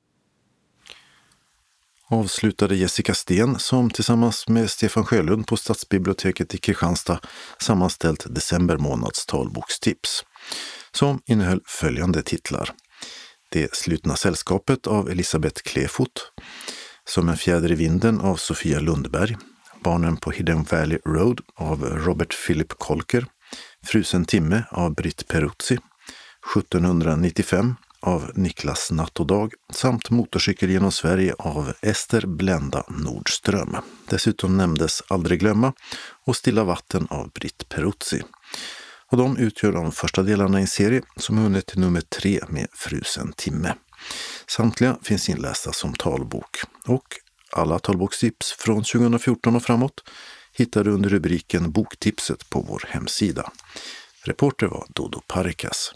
Avslutade Jessica Sten som tillsammans med Stefan Sjölund på Stadsbiblioteket i Kristianstad sammanställt december månads talbokstips som innehöll följande titlar. Det slutna sällskapet av Elisabeth Klefot, Som en fjäder i vinden av Sofia Lundberg, Barnen på Hidden Valley Road av Robert Philip Kolker, Frusen timme av Britt Peruzzi, 1795 av Niklas Natt och dag samt Motorcykel genom Sverige av Ester Blenda Nordström. Dessutom nämndes Aldrig glömma och Stilla vatten av Britt Peruzzi. Och de utgör de första delarna i en serie som hunnit till nummer 3 med Frusen timme. Samtliga finns inlästa som talbok och alla talbokstips från 2014 och framåt hittar du under rubriken Boktipset på vår hemsida. Reporter var Dodo Parikas.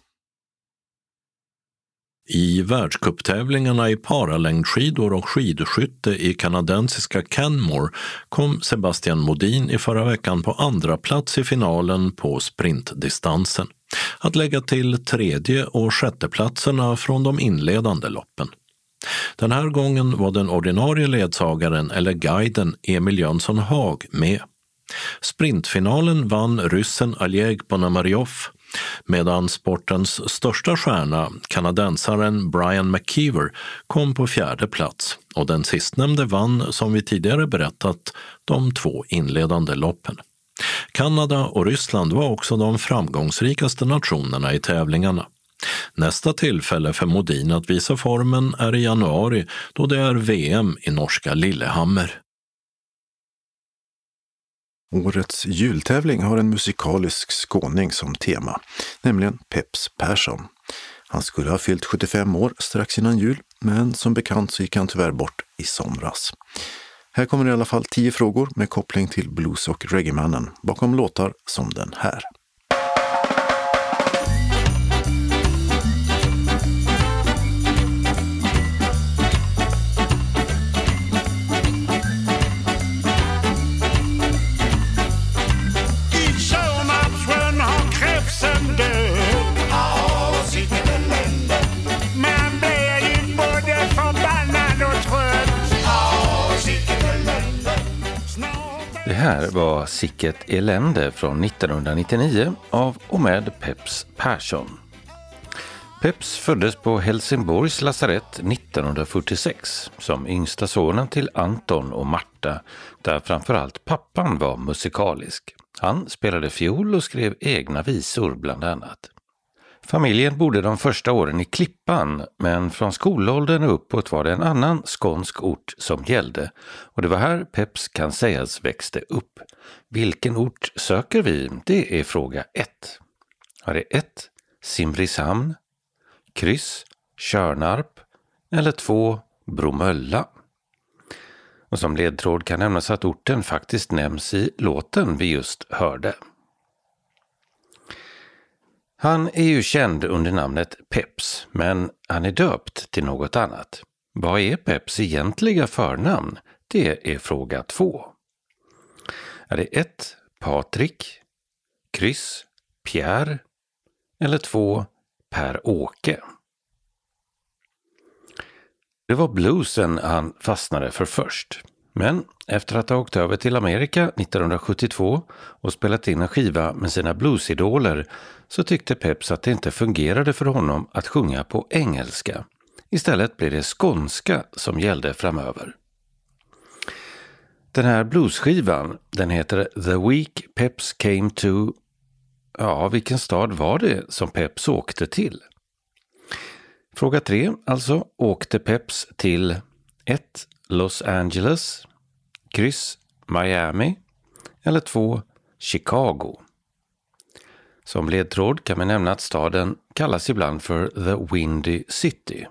I världscuptävlingarna i paralängdskidor och skidskytte i kanadensiska Canmore kom Sebastian Modin i förra veckan på andra plats i finalen på sprintdistansen. Att lägga till tredje- och sjätteplatserna från de inledande loppen. Den här gången var den ordinarie ledsagaren eller guiden Emil Jönsson Haag med. Sprintfinalen vann ryssen Oleg Ponomaryov, medan sportens största stjärna, kanadensaren Brian McKeever, kom på 4:e plats och den sistnämnde vann, som vi tidigare berättat, de 2 inledande loppen. Kanada och Ryssland var också de framgångsrikaste nationerna i tävlingarna. Nästa tillfälle för Modin att visa formen är i januari då det är VM i norska Lillehammer. Årets jultävling har en musikalisk skåning som tema, nämligen Peps Persson. Han skulle ha fyllt 75 år strax innan jul, men som bekant så gick han tyvärr bort i somras. Här kommer i alla fall 10 frågor med koppling till blues- och reggae-mannen bakom låtar som den här. Det här var Sicket elände från 1999 av och med Peps Persson. Peps föddes på Helsingborgs lasarett 1946 som yngsta sonen till Anton och Marta, där framförallt pappan var musikalisk. Han spelade fiol och skrev egna visor bland annat. Familjen bodde de första åren i Klippan, men från skolåldern uppåt var det en annan skånsk ort som gällde och det var här Peps kan sägas växte upp. Vilken ort söker vi? Det är fråga 1. Är det 1. Simrishamn, kryss, Tjörnarp eller 2. Bromölla? Och som ledtråd kan nämnas att orten faktiskt nämns i låten vi just hörde. Han är ju känd under namnet Peps, men han är döpt till något annat. Vad är Peps egentliga förnamn? Det är fråga 2. Är det 1. Patrik, kryss, Pierre eller 2. Per-Åke? Det var bluesen han fastnade för först. Men efter att ha åkt över till Amerika 1972 och spelat in en skiva med sina bluesidoler så tyckte Peps att det inte fungerade för honom att sjunga på engelska. Istället blev det skånska som gällde framöver. Den här bluesskivan, den heter The Week Peps Came to... Ja, vilken stad var det som Peps åkte till? Fråga 3, alltså åkte Peps till 1. Los Angeles, kryss, Miami eller 2. Chicago. Som ledtråd kan man nämna att staden kallas ibland för The Windy City.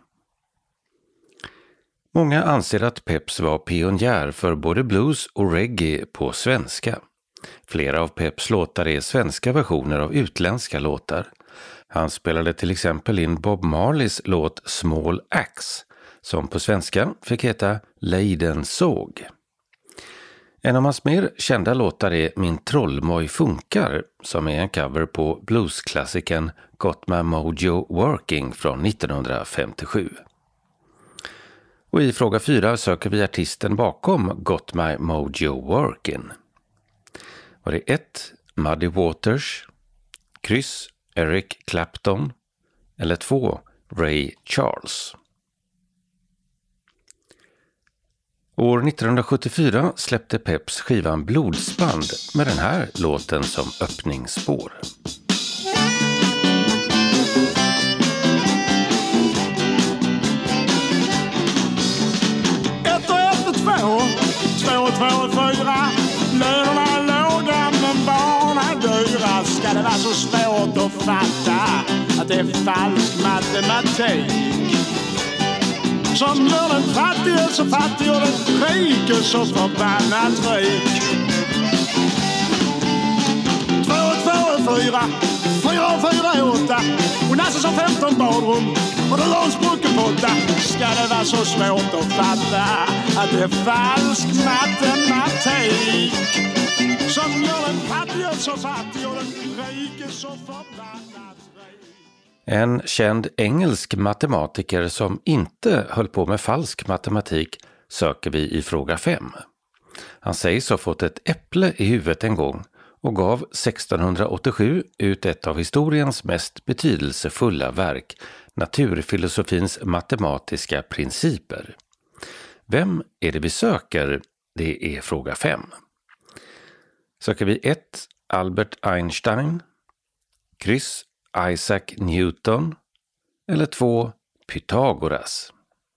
Många anser att Peps var pionjär för både blues och reggae på svenska. Flera av Peps låtar är svenska versioner av utländska låtar. Han spelade till exempel in Bob Marleys låt Small Axe som på svenska fick heta Lejden såg. En av hans mer kända låtar är Min trollmoj funkar, som är en cover på bluesklassikern Got My Mojo Working från 1957. Och i fråga 4 söker vi artisten bakom Got My Mojo Working. Var det 1. Muddy Waters, kryss Eric Clapton eller 2. Ray Charles? År 1974 släppte Peps skivan Blodsband med den här låten som öppningsspår. 1 och 1 och 2, 2 och 2 och 4. Lönerna är låga men barnen dyra. Ska det vara så svårt att fatta att det är falsk matematik som gör den fattige så fattig och den rike så förbannat rik? 2 och 2 är 4, 4 och 4 är 8. Och Nasse som 15 badrum och det låns brockenpotta. Ska det vara så svårt att fatta att det är falsk matematik som gör den fattige så fattig och den rike så förbannat rik? En känd engelsk matematiker som inte höll på med falsk matematik söker vi i fråga 5. Han sägs ha fått ett äpple i huvudet en gång och gav 1687 ut ett av historiens mest betydelsefulla verk, Naturfilosofins matematiska principer. Vem är det vi söker? Det är fråga 5. Söker vi 1. Albert Einstein, kryss Isaac Newton eller 2. Pythagoras?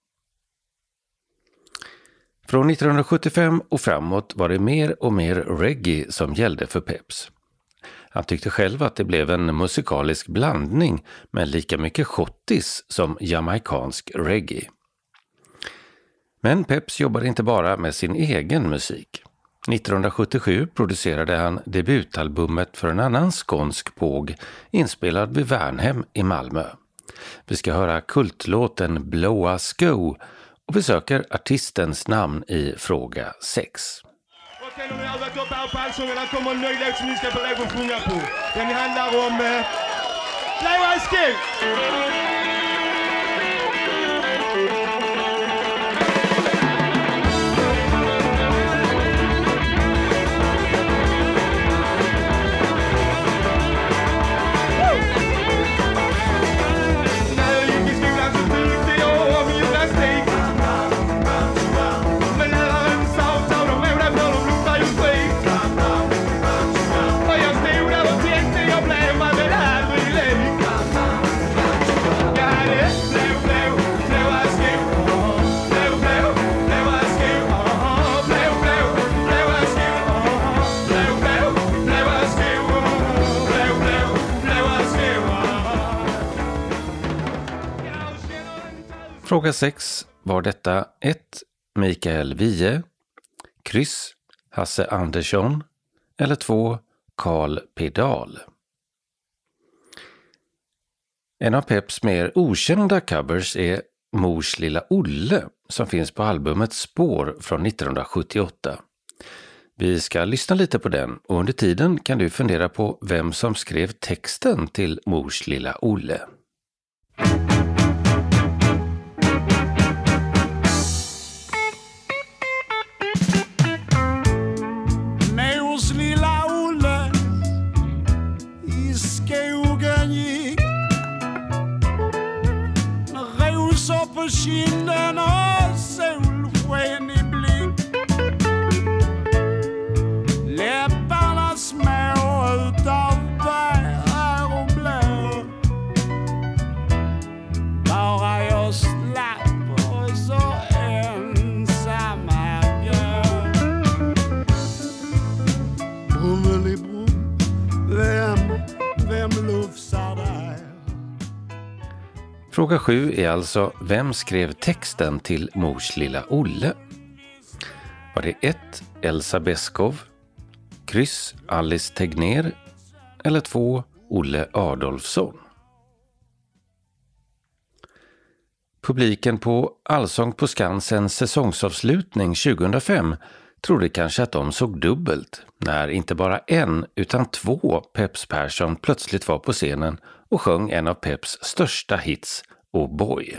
Från 1975 och framåt var det mer och mer reggae som gällde för Peps. Han tyckte själv att det blev en musikalisk blandning med lika mycket schottis som jamaikansk reggae. Men Peps jobbade inte bara med sin egen musik. 1977 producerade han debutalbumet för en annan skånsk påg inspelad vid Värnhem i Malmö. Vi ska höra kultlåten Blåa Sko och vi söker artistens namn i fråga 6. Okej, nu har jag övat upp på allsången. Här kommer en ny låt som ni ska få lov att sjunga på. Den handlar om Blåa Sko. Fråga 6 var detta 1. Mikael Wiehe, kryss Hasse Andersson eller 2. Carl Pedal. En av Peps mer okända covers är Mors lilla Olle som finns på albumet Spår från 1978. Vi ska lyssna lite på den och under tiden kan du fundera på vem som skrev texten till Mors lilla Olle. Mors lilla Olle i skogen gick med rosor på kinden och solsken i blick. Läpparna små utav bär och blå. Bara jag slapp och så ensam här går. Brummelibrum, vem lufsar där? Fråga 7 är alltså vem skrev texten till Mors lilla Olle? Var det 1. Elsa Beskow, kryss Alice Tegnér eller 2. Olle Adolfsson? Publiken på Allsång på Skansens säsongsavslutning 2005 trodde kanske att de såg dubbelt när inte bara en utan 2 Peps Persson plötsligt var på scenen och sjöng en av Peps största hits, Oh Boy.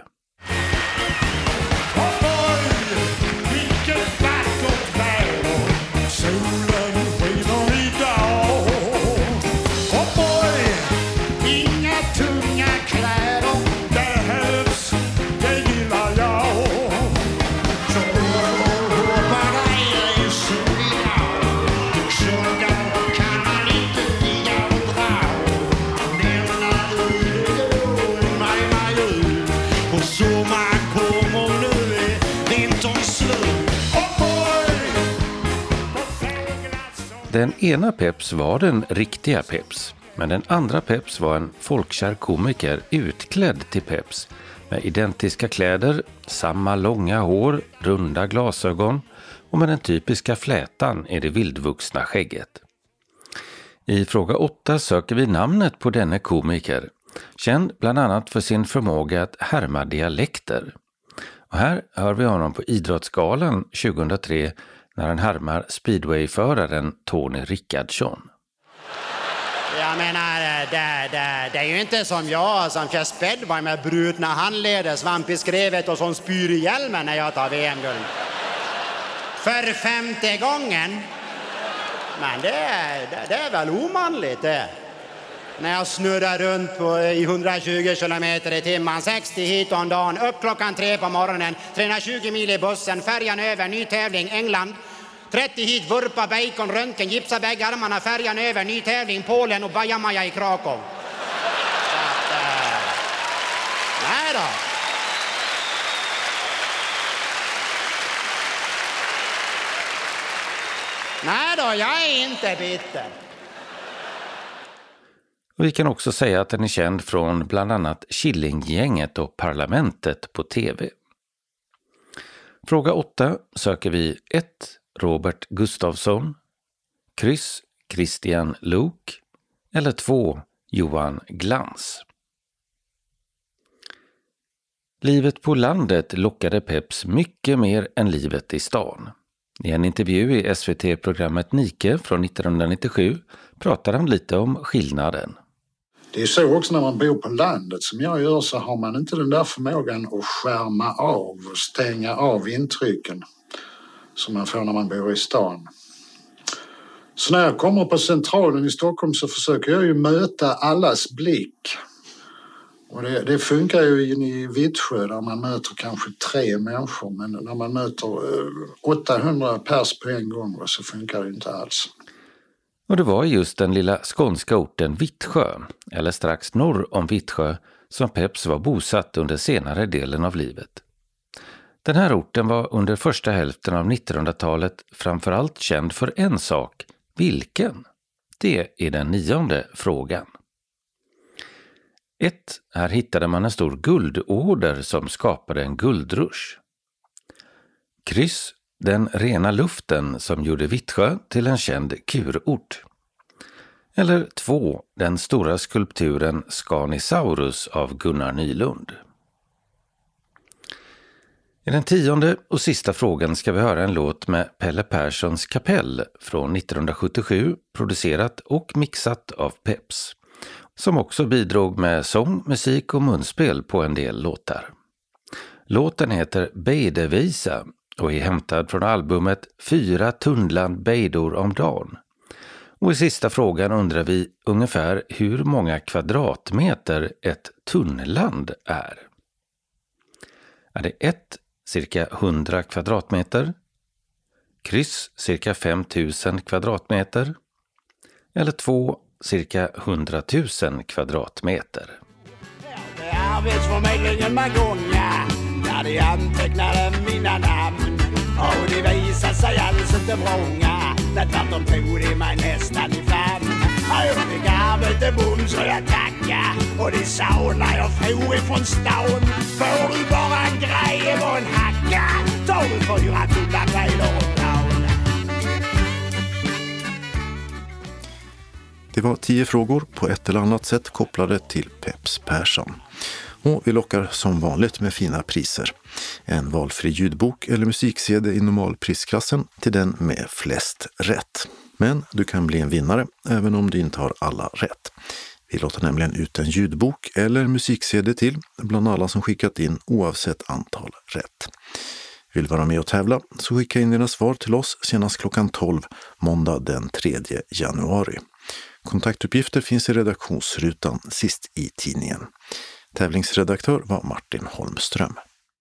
Den ena Peps var den riktiga Peps, men den andra Peps var en folkkär komiker utklädd till Peps med identiska kläder, samma långa hår, runda glasögon och med den typiska flätan i det vildvuxna skägget. I fråga 8 söker vi namnet på denne komiker, känd bland annat för sin förmåga att härma dialekter. Och här hör vi honom på Idrottsgalan 2003 när han härmar speedwayföraren Tony Rickardsson. Jag menar, det är ju inte som jag som kör speedway med brutna handleder, svamp i skrevet och som spyr i hjälmen när jag tar VM-guld. För 5:e gången. Men det är väl omanligt det. När jag snurrar runt i 120 kilometer i timmen, 60 hit om dagen, upp klockan 3 på morgonen, 320 mil i bussen, färjan över, ny tävling, England. 30 hit, vurpa, bacon, röntgen, gipsa bägge armarna, färjan över, ny tävling, Polen och bajamaja i Krakow. Nej då. Nej då, jag är inte bitter. Och vi kan också säga att den är känd från bland annat Killinggänget och Parlamentet på TV. Fråga 8 söker vi 1. Robert Gustafsson, kryss Christian Luuk eller 2. Johan Glans. Livet på landet lockade Peps mycket mer än livet i stan. I en intervju i SVT-programmet Nike från 1997 pratar han lite om skillnaden. Det är så också när man bor på landet som jag gör, så har man inte den där förmågan att skärma av och stänga av intrycken som man får när man bor i stan. Så när jag kommer på Centralen i Stockholm så försöker jag ju möta allas blick. Och det funkar ju i Vittsjö där man möter kanske 3 människor, men när man möter 800 pers på en gång så funkar det inte alls. Och det var just den lilla skånska orten Vittsjö, eller strax norr om Vittsjö, som Peps var bosatt under senare delen av livet. Den här orten var under första hälften av 1900-talet framförallt känd för en sak. Vilken? Det är den 9:e frågan. 1. Här hittade man en stor guldorder som skapade en guldrusch. Kryss. Den rena luften som gjorde Vittsjö till en känd kurort. Eller 2. Den stora skulpturen Scanisaurus av Gunnar Nylund. I den 10:e och sista frågan ska vi höra en låt med Pelle Perssons kapell från 1977, producerat och mixat av Peps, som också bidrog med sång, musik och munspel på en del låtar. Låten heter Bejdevisa och är hämtad från albumet 4 tunnland bejdor om dagen. Och i sista frågan undrar vi ungefär hur många kvadratmeter ett tunnland är. Är det 1 cirka 100 kvadratmeter, kryss cirka 5000 kvadratmeter eller 2 cirka 100 000 kvadratmeter? Arbetsförmedlingen med gånga där de antecknade mina namn. Och det visade sig alls inte vrånga. När tvärtom tog de mig nästan i famn. Jag fick arbete bums och jag tacka. Och det sa när jag for ifrån stan. Får du bara en grej och en hacka, tar du 4 tunnland bejdor om dagen. Det var 10 frågor på ett eller annat sätt kopplade till Peps Persson. Och vi lockar som vanligt med fina priser. En valfri ljudbok eller musik-CD i normalprisklassen till den med flest rätt. Men du kan bli en vinnare även om du inte har alla rätt. Vi låter nämligen ut en ljudbok eller musik-CD till bland alla som skickat in oavsett antal rätt. Vill vara med och tävla så skicka in dina svar till oss senast klockan 12 måndag den 3 januari. Kontaktuppgifter finns i redaktionsrutan sist i tidningen. Tävlingsredaktör var Martin Holmström.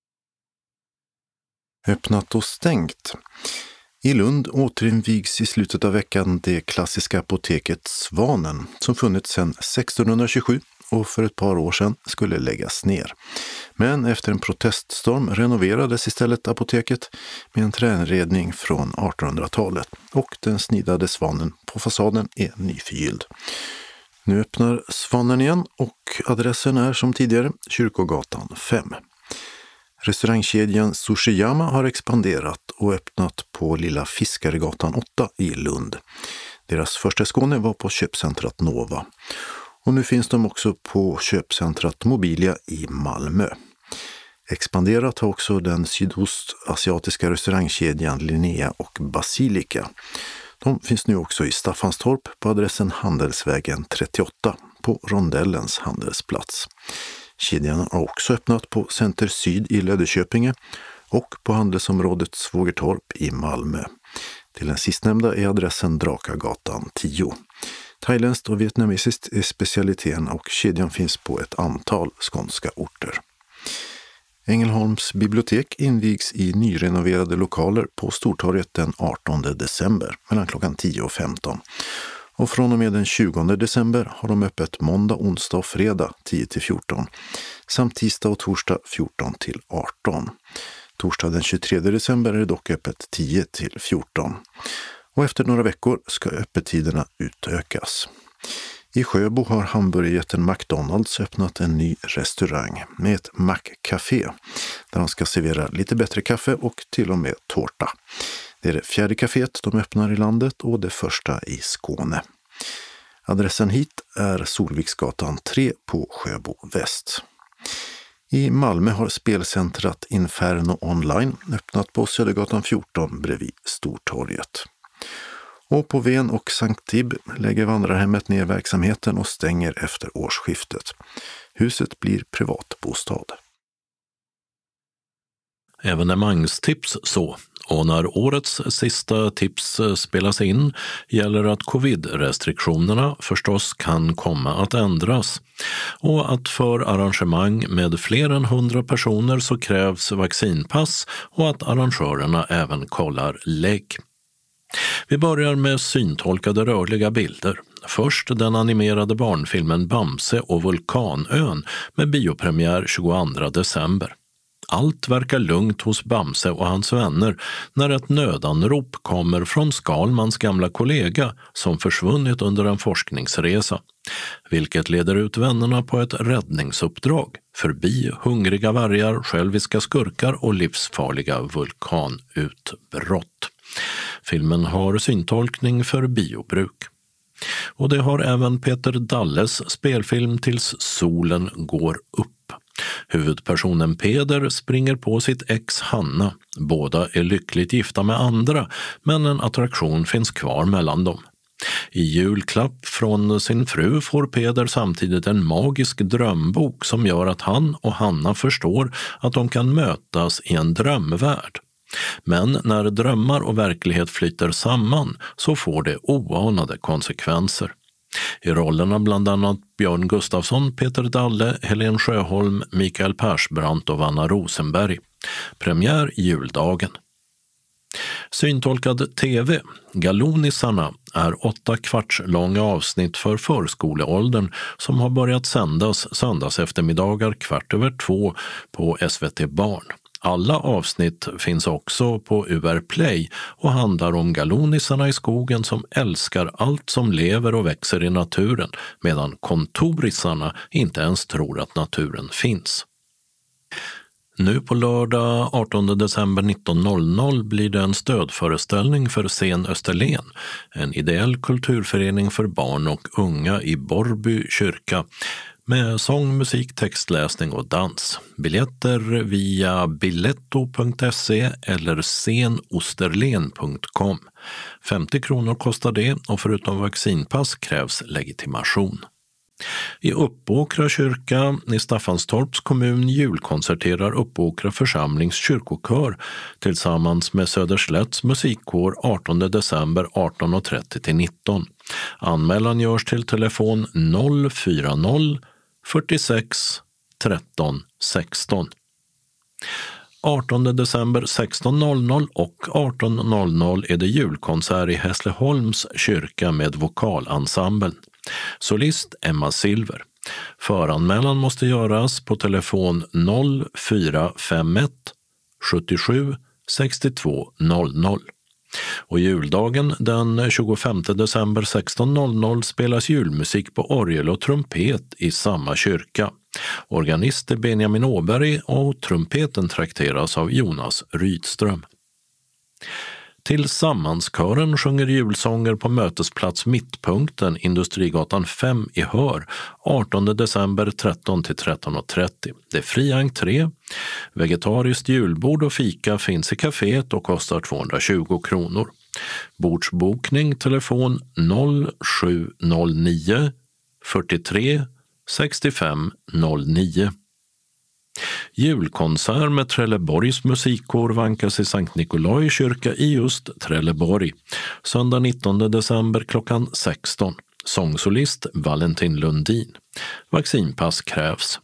Öppnat och stängt. I Lund återinvigs i slutet av veckan det klassiska apoteket Svanen som funnits sedan 1627 och för ett par år sedan skulle läggas ner. Men efter en proteststorm renoverades istället apoteket med en träinredning från 1800-talet och den snidade svanen på fasaden är nyförgylld. Nu öppnar Svanen igen och adressen är som tidigare Kyrkogatan 5. Restaurangkedjan Sushiyama har expanderat och öppnat på Lilla Fiskaregatan 8 i Lund. Deras första Skåne var på köpcentrat Nova. Och nu finns de också på köpcentrat Mobilia i Malmö. Expanderat har också den sydostasiatiska restaurangkedjan Linnea och Basilica. De finns nu också i Staffanstorp på adressen Handelsvägen 38 på Rondellens handelsplats. Kedjan har också öppnat på Center Syd i Löddeköpinge och på handelsområdet Svågertorp i Malmö. Till den sistnämnda är adressen Drakagatan 10. Thailändskt och vietnamesiskt är specialiteten och kedjan finns på ett antal skånska orter. Ängelholms bibliotek invigs i nyrenoverade lokaler på Stortorget den 18 december mellan klockan 10 och 15. Och från och med den 20 december har de öppet måndag, onsdag och fredag 10 till 14 samt tisdag och torsdag 14 till 18. Torsdag den 23 december är det dock öppet 10 till 14. Och efter några veckor ska öppettiderna utökas. I Sjöbo har hamburgerjätten McDonalds öppnat en ny restaurang med ett Mac-café där de ska servera lite bättre kaffe och till och med tårta. Det är det 4:e kaféet de öppnar i landet och det första i Skåne. Adressen hit är Solviksgatan 3 på Sjöbo väst. I Malmö har spelcentrat Inferno Online öppnat på Södergatan 14 bredvid Stortorget. Och på Ven och Sankt Tib lägger vandrarhemmet ner verksamheten och stänger efter årsskiftet. Huset blir privatbostad. Evenemangstips så. Och när årets sista tips spelas in gäller att covid-restriktionerna förstås kan komma att ändras. Och att för arrangemang med fler än 100 personer så krävs vaccinpass och att arrangörerna även kollar lägg. Vi börjar med syntolkade rörliga bilder. Först den animerade barnfilmen Bamse och Vulkanön med biopremiär 22 december. Allt verkar lugnt hos Bamse och hans vänner när ett nödanrop kommer från Skalmans gamla kollega som försvunnit under en forskningsresa, vilket leder ut vännerna på ett räddningsuppdrag förbi hungriga vargar, själviska skurkar och livsfarliga vulkanutbrott. Filmen har syntolkning för biobruk. Och det har även Peter Dalles spelfilm Tills solen går upp. Huvudpersonen Peder springer på sitt ex Hanna. Båda är lyckligt gifta med andra, men en attraktion finns kvar mellan dem. I julklapp från sin fru får Peder samtidigt en magisk drömbok som gör att han och Hanna förstår att de kan mötas i en drömvärld. Men när drömmar och verklighet flyter samman så får det oanade konsekvenser. I rollerna bland annat Björn Gustafsson, Peter Dalle, Helen Sjöholm, Mikael Persbrandt och Vanna Rosenberg. Premiär juldagen. Syntolkad TV. Galonisarna är 8 kvartslånga avsnitt för förskoleåldern som har börjat sändas söndags eftermiddagar 2:15 på SVT Barn. Alla avsnitt finns också på UR Play och handlar om galonisarna i skogen som älskar allt som lever och växer i naturen, medan kontorisarna inte ens tror att naturen finns. Nu på lördag 18 december 19.00 blir det en stödföreställning för Scen Österlen, en ideell kulturförening för barn och unga i Borrby kyrka, med sång, musik, textläsning och dans. Biljetter via biletto.se eller scenosterlen.com. 50 kronor kostar det och förutom vaccinpass krävs legitimation. I Uppåkra kyrka i Staffanstorps kommun julkonserterar Uppåkra församlings kyrkokör tillsammans med Söderslätts musikkår 18 december 18.30 till 19. Anmälan görs till telefon 040 46 13 16. 18 december 16.00 och 18.00 är det julkonsert i Hässleholms kyrka med vokalensemblen. Solist Emma Silver. Föranmälan måste göras på telefon 0451 77 62 00. Och juldagen den 25 december 16.00 spelas julmusik på orgel och trumpet i samma kyrka. Organist är Benjamin Åberg och trumpeten trakteras av Jonas Rydström. Tillsammanskören sjunger julsånger på mötesplats Mittpunkten, Industrigatan 5 i Hör, 18 december 13 till 13.30. Det är fri entré. Vegetariskt julbord och fika finns i kaféet och kostar 220 kronor. Bordsbokning telefon 0709 43 65 09. Julkonsert med Trelleborgs musikkår vankas i Sankt Nikolai kyrka i just Trelleborg. Söndag 19 december klockan 16. Sångsolist Valentin Lundin. Vaccinpass krävs.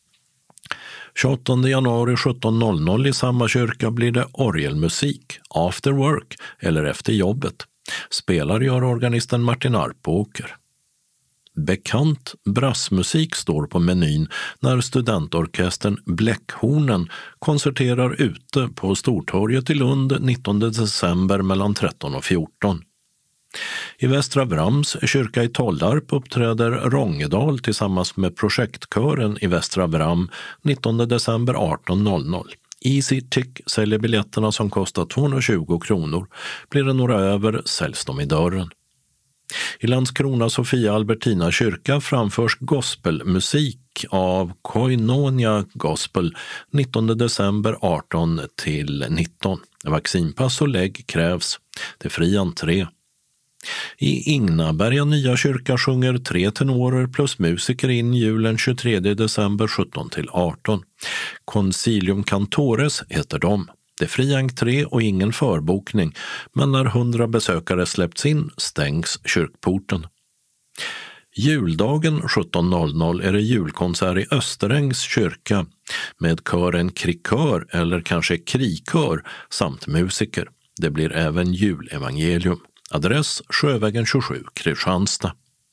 28 januari 17.00 i samma kyrka blir det orgelmusik, after work eller efter jobbet. Spelar gör organisten Martin Arpåker. Bekant brassmusik står på menyn när studentorkestern Bläckhornen konserterar ute på Stortorget i Lund 19 december mellan 13 och 14. I Västra Vrams kyrka i Tollarp uppträder Rångedal tillsammans med projektkören i Västra Vram 19 december 18.00. Easy Tick säljer biljetterna som kostar 220 kronor. Blir det några över säljs de i dörren. I Landskrona Sofia Albertina kyrka framförs gospelmusik av Koinonia Gospel 19 december 18 till 19. Vaccinpass och lägg krävs. Det är fri entré. I Ingnaberga nya kyrka sjunger 3 tenorer plus musiker in julen 23 december 17 till 18. Concilium Cantores heter de. Det är fri entré och ingen förbokning, men när 100 besökare släppts in stängs kyrkporten. Juldagen 17.00 är det julkonsert i Österängs kyrka med kören Krikör eller kanske Krikör samt musiker. Det blir även julevangelium. Adress Sjövägen 27, Kristianstad.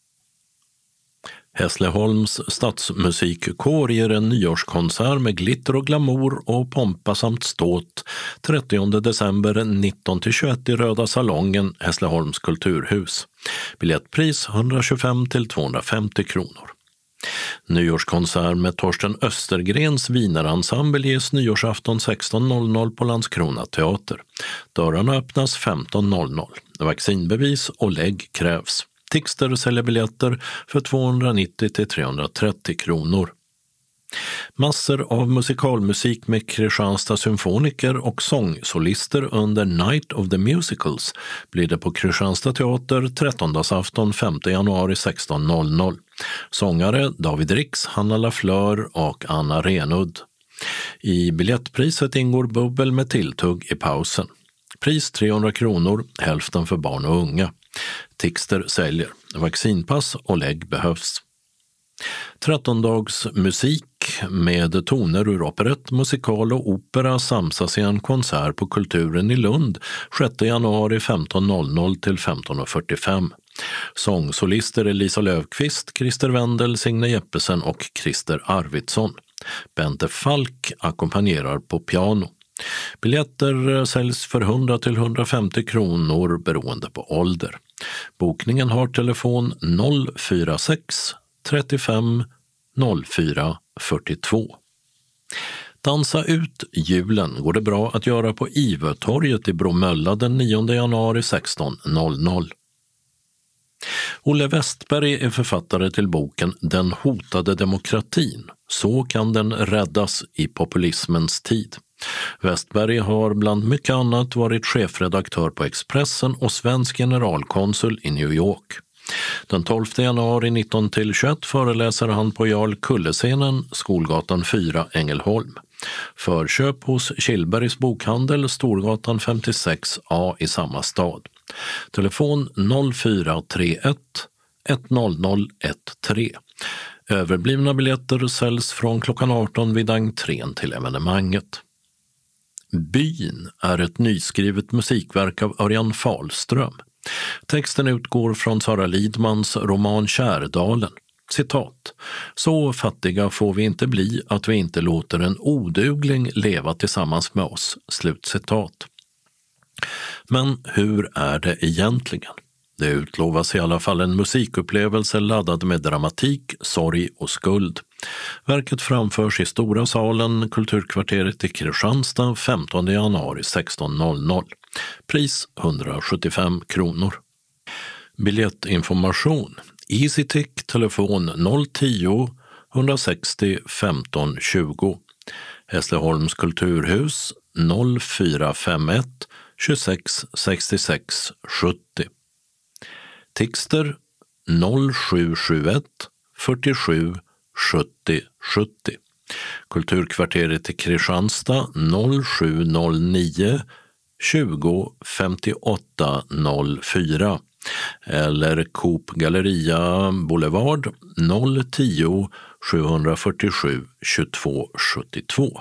Hässleholms stadsmusikkår ger en nyårskonsert med glitter och glamour och pompa samt ståt 30 december 19-21 i Röda salongen, Hässleholms kulturhus. Biljettpris 125 till 250 kronor. Nyårskonsert med Torsten Östergrens Wienerensemble ges nyårsafton 16.00 på Landskrona teater. Dörrarna öppnas 15.00. Vaccinbevis och lägg krävs. Tixter säljer biljetter för 290 till 330 kronor. Massor av musikalmusik med Kristianstad symfoniker och sångsolister under Night of the Musicals blir det på Kristianstad teater 13-afton 5 januari 16.00. Sångare David Rix, Hanna Lafleur och Anna Renudd. I biljettpriset ingår bubbel med tilltugg i pausen. Pris 300 kronor, hälften för barn och unga. Tixter säljer. Vaccinpass och lägg behövs. 13-dags musik med toner ur operett, musikal och opera samsas i en konsert på Kulturen i Lund 6 januari 15.00 till 15.45. Sångsolister är Lisa Löfqvist, Christer Wendel, Signe Jeppesen och Christer Arvidsson. Bente Falk ackompanjerar på piano. Biljetter säljs för 100 till 150 kronor beroende på ålder. Bokningen har telefon 046 35 04 42. Dansa ut julen går det bra att göra på Ivötorget i Bromölla den 9 januari 16.00. Olle Westberg är författare till boken Den hotade demokratin. Så kan den räddas i populismens tid. Westberg har bland mycket annat varit chefredaktör på Expressen och svensk generalkonsul i New York. Den 12 januari 19-21 föreläser han på Jarl Kulle-scenen, Skolgatan 4, Ängelholm. Förköp hos Killbergs bokhandel, Storgatan 56A i samma stad. Telefon 0431 10013. Överblivna biljetter säljs från klockan 18 vid entrén till evenemanget. Byn är ett nyskrivet musikverk av Örjan Fahlström. Texten utgår från Sara Lidmans roman Kärdalen. Citat: så fattiga får vi inte bli att vi inte låter en odugling leva tillsammans med oss. Slutcitat. Men hur är det egentligen? Det utlovas i alla fall en musikupplevelse laddad med dramatik, sorg och skuld. Verket framförs i Stora salen, Kulturkvarteret i Kristianstad, 15 januari 16.00. Pris 175 kronor. Biljettinformation. EasyTick, telefon 010-160 15 20. Hässleholms kulturhus 0451 26 66 70. Tixter 0771 47 70 70. Kulturkvarteret i Kristianstad 0709 20 58 04 eller Coop Galleria Boulevard 010 747 22 72.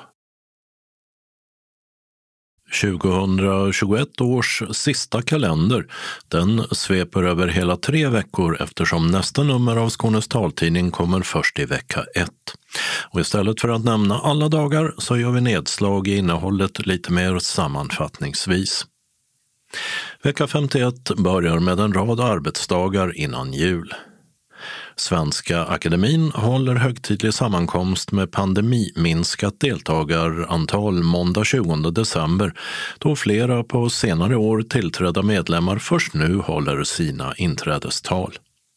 2021 års sista kalender, den sveper över hela 3 veckor eftersom nästa nummer av Skånes taltidning kommer först i vecka 1. Och istället för att nämna alla dagar så gör vi nedslag i innehållet lite mer sammanfattningsvis. Vecka 51 börjar med en rad arbetsdagar innan jul. Svenska akademin håller högtidlig sammankomst med pandemiminskat deltagarantal måndag 20 december, då flera på senare år tillträdda medlemmar först nu håller sina inträdestal.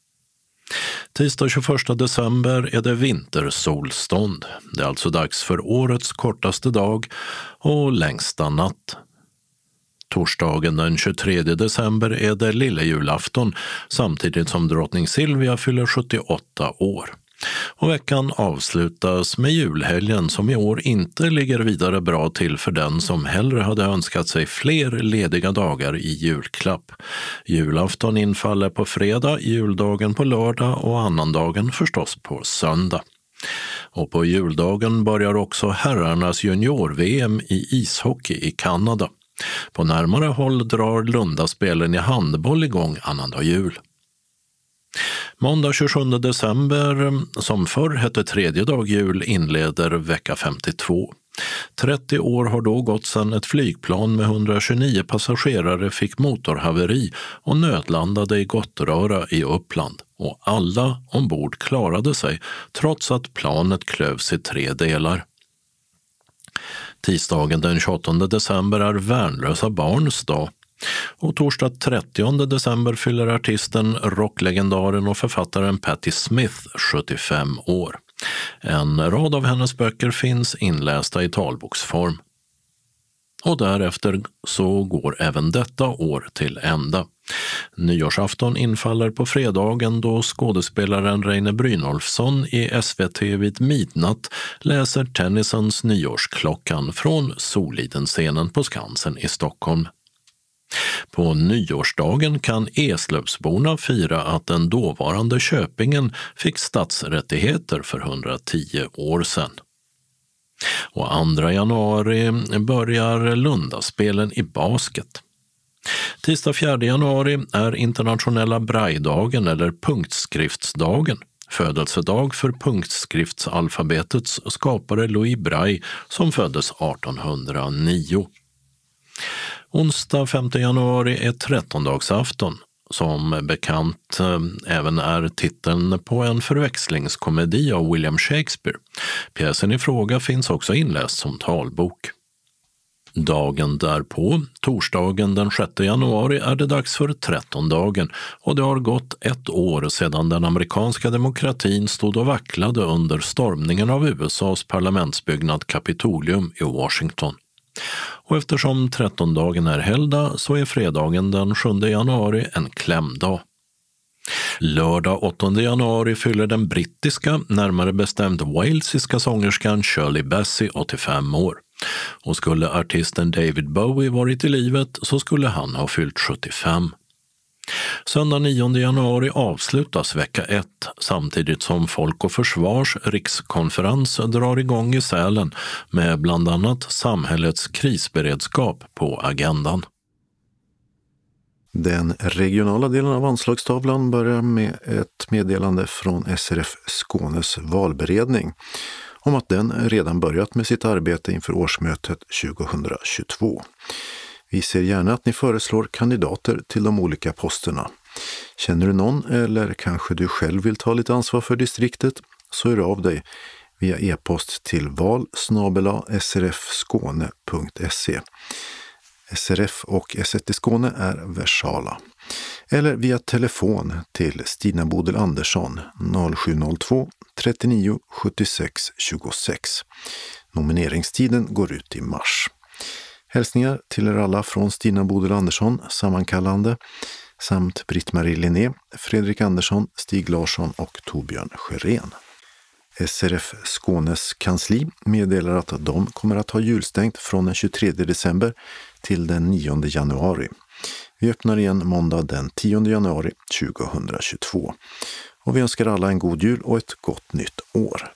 Tisdag 21 december är det vintersolstånd. Det är alltså dags för årets kortaste dag och längsta natt. Torsdagen den 23 december är det lillejulafton samtidigt som drottning Silvia fyller 78 år. Och veckan avslutas med julhelgen som i år inte ligger vidare bra till för den som hellre hade önskat sig fler lediga dagar i julklapp. Julafton infaller på fredag, juldagen på lördag och annandagen förstås på söndag. Och på juldagen börjar också herrarnas junior-VM i ishockey i Kanada. På närmare håll drar Lundaspelen i handboll igång annandag jul. Måndag 27 december, som förr hette tredje dag jul, inleder vecka 52. 30 år har då gått sedan ett flygplan med 129 passagerare fick motorhaveri och nödlandade i Gottröra i Uppland. Och alla ombord klarade sig trots att planet klövs i 3 delar. Tisdagen den 28 december är värnlösa barns dag. Och torsdag 30 december fyller artisten, rocklegendaren och författaren Patti Smith 75 år. En rad av hennes böcker finns inlästa i talboksform. Och därefter så går även detta år till ända. Nyårsafton infaller på fredagen då skådespelaren Reine Brynolfsson i SVT vid midnatt läser Tennysons Nyårsklockan från Soliden-scenen på Skansen i Stockholm. På nyårsdagen kan Eslövsborna fira att den dåvarande Köpingen fick stadsrättigheter för 110 år sedan. Och 2 januari börjar Lundaspelen i basket. Tisdag 4 januari är internationella brajdagen eller punktskriftsdagen, födelsedag för punktskriftsalfabetets skapare Louis Braille som föddes 1809. Onsdag 5 januari är 13-dagsafton, som bekant även är titeln på en förväxlingskomedi av William Shakespeare. Pjäsen i fråga finns också inläst som talbok. Dagen därpå, torsdagen den 6 januari, är det dags för 13-dagen och det har gått ett år sedan den amerikanska demokratin stod och vacklade under stormningen av USAs parlamentsbyggnad Kapitolium i Washington. Och eftersom 13-dagen är helgdag så är fredagen den 7 januari en klämdag. Lördag 8 januari fyller den brittiska, närmare bestämt walesiska sångerskan Shirley Bassey 85 år. Och skulle artisten David Bowie varit i livet så skulle han ha fyllt 75. Söndag 9 januari avslutas vecka 1 samtidigt som Folk och Försvars rikskonferens drar igång i Sälen med bland annat samhällets krisberedskap på agendan. Den regionala delen av anslagstavlan börjar med ett meddelande från SRF Skånes valberedning om att den redan börjat med sitt arbete inför årsmötet 2022. Vi ser gärna att ni föreslår kandidater till de olika posterna. Känner du någon eller kanske du själv vill ta lite ansvar för distriktet så hör av dig via e-post till val@srfskåne.se. SRF och S1 i Skåne är versala. Eller via telefon till Stina Bodil Andersson 0702 39 76 26. Nomineringstiden går ut i mars. Hälsningar till er alla från Stina Bodil Andersson, sammankallande, samt Britt-Marie Linné, Fredrik Andersson, Stig Larsson och Torbjörn Sjörén. SRF Skånes kansli meddelar att de kommer att ha julstängt från den 23 december till den 9 januari. Vi öppnar igen måndag den 10 januari 2022. Och vi önskar alla en god jul och ett gott nytt år.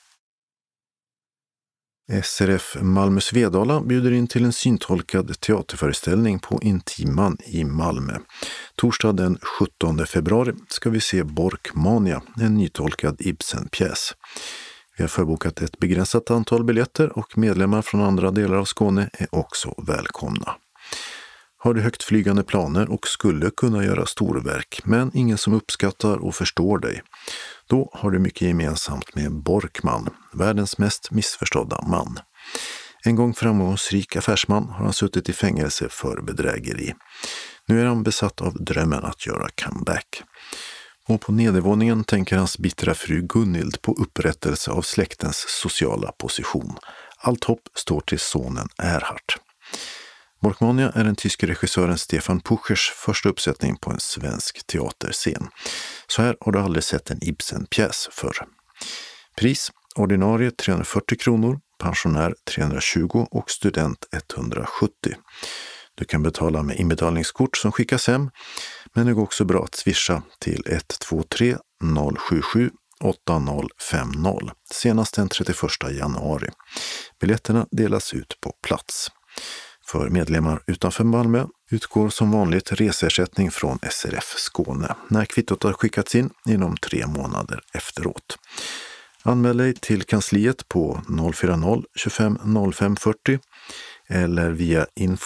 SRF Malmö Svedala bjuder in till en syntolkad teaterföreställning på Intiman i Malmö. Torsdag den 17 februari ska vi se Borkmania, en nytolkad Ibsen-pjäs. Vi har förbokat ett begränsat antal biljetter och medlemmar från andra delar av Skåne är också välkomna. Har du högt flygande planer och skulle kunna göra storverk men ingen som uppskattar och förstår dig? Då har du mycket gemensamt med Borkman, världens mest missförstådda man. En gång framgångsrik affärsman har han suttit i fängelse för bedrägeri. Nu är han besatt av drömmen att göra comeback. Och på nedervåningen tänker hans bittra fru Gunhild på upprättelse av släktens sociala position. Allt hopp står till sonen Erhard. Borkmania är den tyske regissören Stefan Puchers första uppsättning på en svensk teaterscen. Så här har du aldrig sett en Ibsen-pjäs förr. Pris: ordinarie 340 kronor, pensionär 320 och student 170. Du kan betala med inbetalningskort som skickas hem, men det går också bra att swisha till 123 077 8050 senast den 31 januari. Biljetterna delas ut på plats. För medlemmar utanför Malmö utgår som vanligt reseersättning från SRF Skåne när kvittot har skickats in inom 3 månader efteråt. Anmäl dig till kansliet på 040 25 05 40 eller via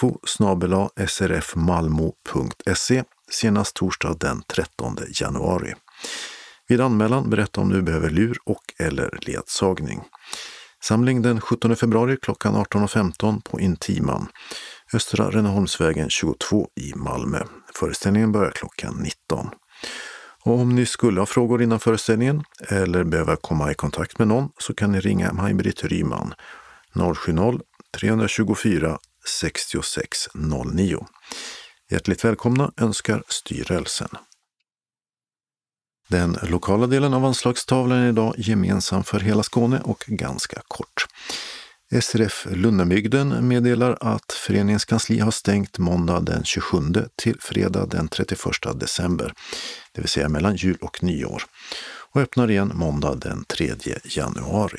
info@srfmalmo.se senast torsdag den 13 januari. Vid anmälan berätta om du behöver lur och eller ledsagning. Samling den 17 februari klockan 18.15 på Intiman, Östra Rönneholmsvägen 22 i Malmö. Föreställningen börjar klockan 19. Och om ni skulle ha frågor innan föreställningen eller behöva komma i kontakt med någon så kan ni ringa Maj-Britt Ryman 070 324 6609. Hjärtligt välkomna önskar styrelsen. Den lokala delen av anslagstavlan är idag gemensam för hela Skåne och ganska kort. SRF Lunnebygden meddelar att föreningens kansli har stängt måndag den 27 till fredag den 31 december, det vill säga mellan jul och nyår, och öppnar igen måndag den 3 januari.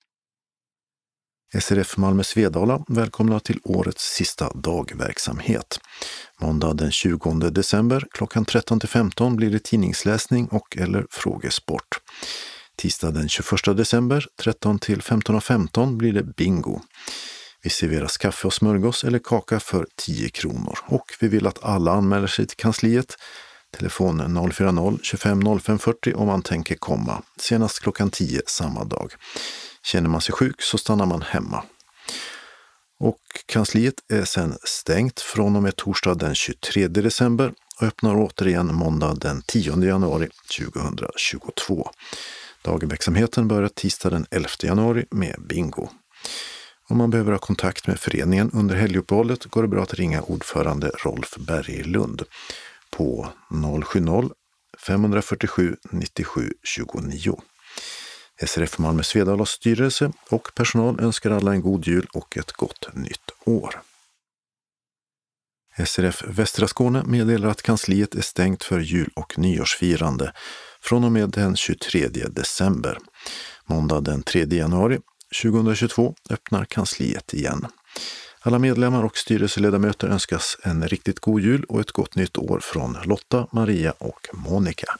SRF Malmö Svedala välkomnar till årets sista dagverksamhet. Måndag den 20 december klockan 13-15 blir det tidningsläsning och eller frågesport. Tisdag den 21 december 13-15:15 blir det bingo. Vi serveras kaffe och smörgås eller kaka för 10 kronor och vi vill att alla anmäler sig till kansliet. Telefon 040 25 05 40 om man tänker komma, senast klockan 10 samma dag. Känner man sig sjuk så stannar man hemma. Och kansliet är sedan stängt från och med torsdag den 23 december och öppnar återigen måndag den 10 januari 2022. Dagverksamheten börjar tisdag den 11 januari med bingo. Om man behöver ha kontakt med föreningen under helguppehållet går det bra att ringa ordförande Rolf Berglund på 070-547 97 29. SRF Malmö Svedalas styrelse och personal önskar alla en god jul och ett gott nytt år. SRF Västra Skåne meddelar att kansliet är stängt för jul- och nyårsfirande från och med den 23 december. Måndag den 3 januari 2022 öppnar kansliet igen. Alla medlemmar och styrelseledamöter önskas en riktigt god jul och ett gott nytt år från Lotta, Maria och Monica.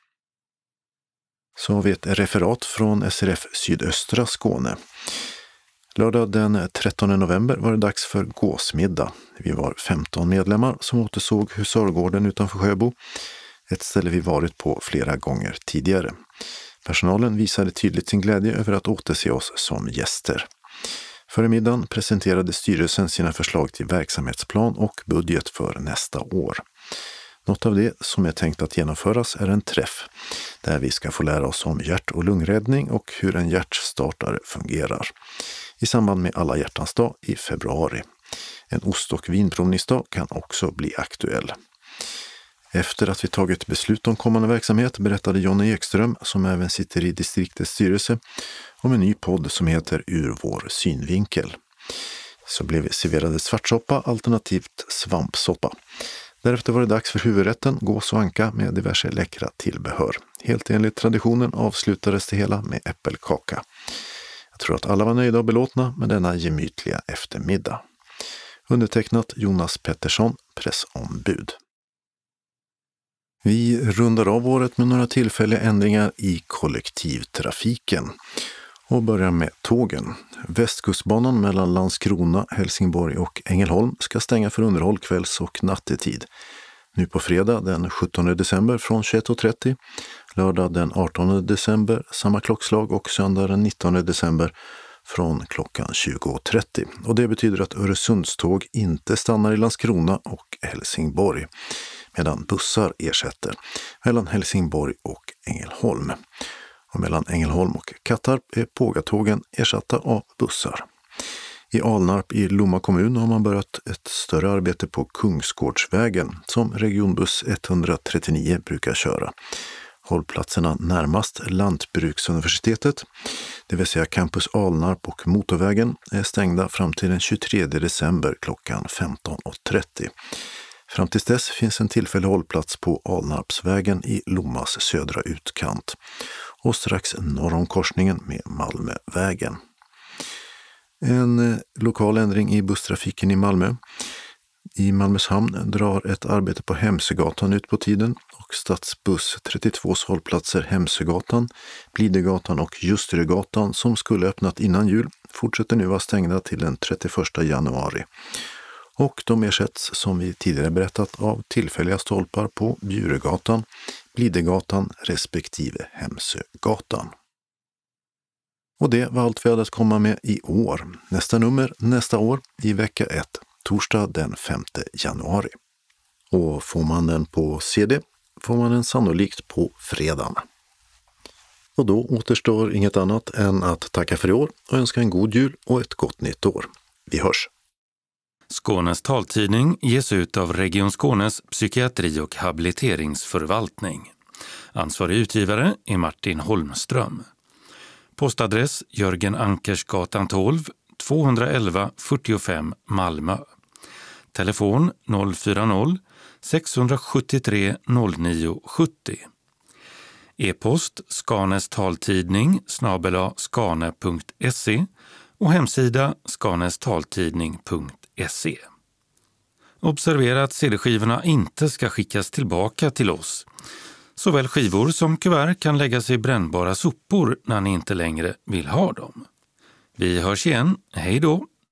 Så har vi ett referat från SRF Sydöstra Skåne. Lördag den 13 november var det dags för gåsmiddag. Vi var 15 medlemmar som återsåg Husargården utanför Sjöbo, ett ställe vi varit på flera gånger tidigare. Personalen visade tydligt sin glädje över att återse oss som gäster. Före middagen presenterade styrelsen sina förslag till verksamhetsplan och budget för nästa år. Något av det som är tänkt att genomföras är en träff där vi ska få lära oss om hjärt- och lungräddning och hur en hjärtstartare fungerar. I samband med alla hjärtans dag i februari. En ost- och vinprovningsdag kan också bli aktuell. Efter att vi tagit beslut om kommande verksamhet berättade Jonny Ekström, som även sitter i distriktets styrelse, om en ny podd som heter Ur vår synvinkel. Så blev vi serverade svartsoppa alternativt svampsoppa. Därefter var det dags för huvudrätten, gås och anka med diverse läckra tillbehör. Helt enligt traditionen avslutades det hela med äppelkaka. Jag tror att alla var nöjda och belåtna med denna gemytliga eftermiddag. Undertecknat Jonas Pettersson, pressombud. Vi rundar av året med några tillfälliga ändringar i kollektivtrafiken och börjar med tågen. Västkustbanan mellan Landskrona, Helsingborg och Ängelholm ska stänga för underhåll kvälls- och nattetid. Nu på fredag den 17 december från 21.30, lördag den 18 december samma klockslag och söndag den 19 december från klockan 20.30. Och det betyder att Öresundståg inte stannar i Landskrona och Helsingborg, medan bussar ersätter mellan Helsingborg och Ängelholm. Och mellan Ängelholm och Kattarp är Pågatågen ersatta av bussar. I Alnarp i Lomma kommun har man börjat ett större arbete på Kungsgårdsvägen som regionbuss 139 brukar köra. Hållplatserna närmast Lantbruksuniversitetet, det vill säga Campus Alnarp och motorvägen, är stängda fram till den 23 december klockan 15.30. Fram till dess finns en tillfällig hållplats på Alnarpsvägen i Lommas södra utkant och strax norr om korsningen med Malmövägen. En lokal ändring i busstrafiken i Malmö. I Malmös hamn drar ett arbete på Hemsögatan ut på tiden och Stadsbuss 32s hållplatser Hemsögatan, Blidegatan och Ljusterögatan som skulle öppnat innan jul fortsätter nu vara stängda till den 31 januari. Och de ersätts, som vi tidigare berättat, av tillfälliga stolpar på Bjuregatan, Blidegatan respektive Hemsögatan. Och det var allt vi hade att komma med i år. Nästa nummer nästa år i vecka 1, torsdag den 5 januari. Och får man den på CD får man den sannolikt på fredagen. Och då återstår inget annat än att tacka för i år och önska en god jul och ett gott nytt år. Vi hörs! Skånes taltidning ges ut av Region Skånes psykiatri- och habiliteringsförvaltning. Ansvarig utgivare är Martin Holmström. Postadress Jörgen Ankersgatan 12, 211 45 Malmö. Telefon 040 673 09 70. E-post skanestaltidning @skane.se och hemsida skanestaltidning.se. Observera att CD-skivorna inte ska skickas tillbaka till oss. Såväl skivor som kuvert kan läggas i brännbara sopor när ni inte längre vill ha dem. Vi hörs igen. Hej då!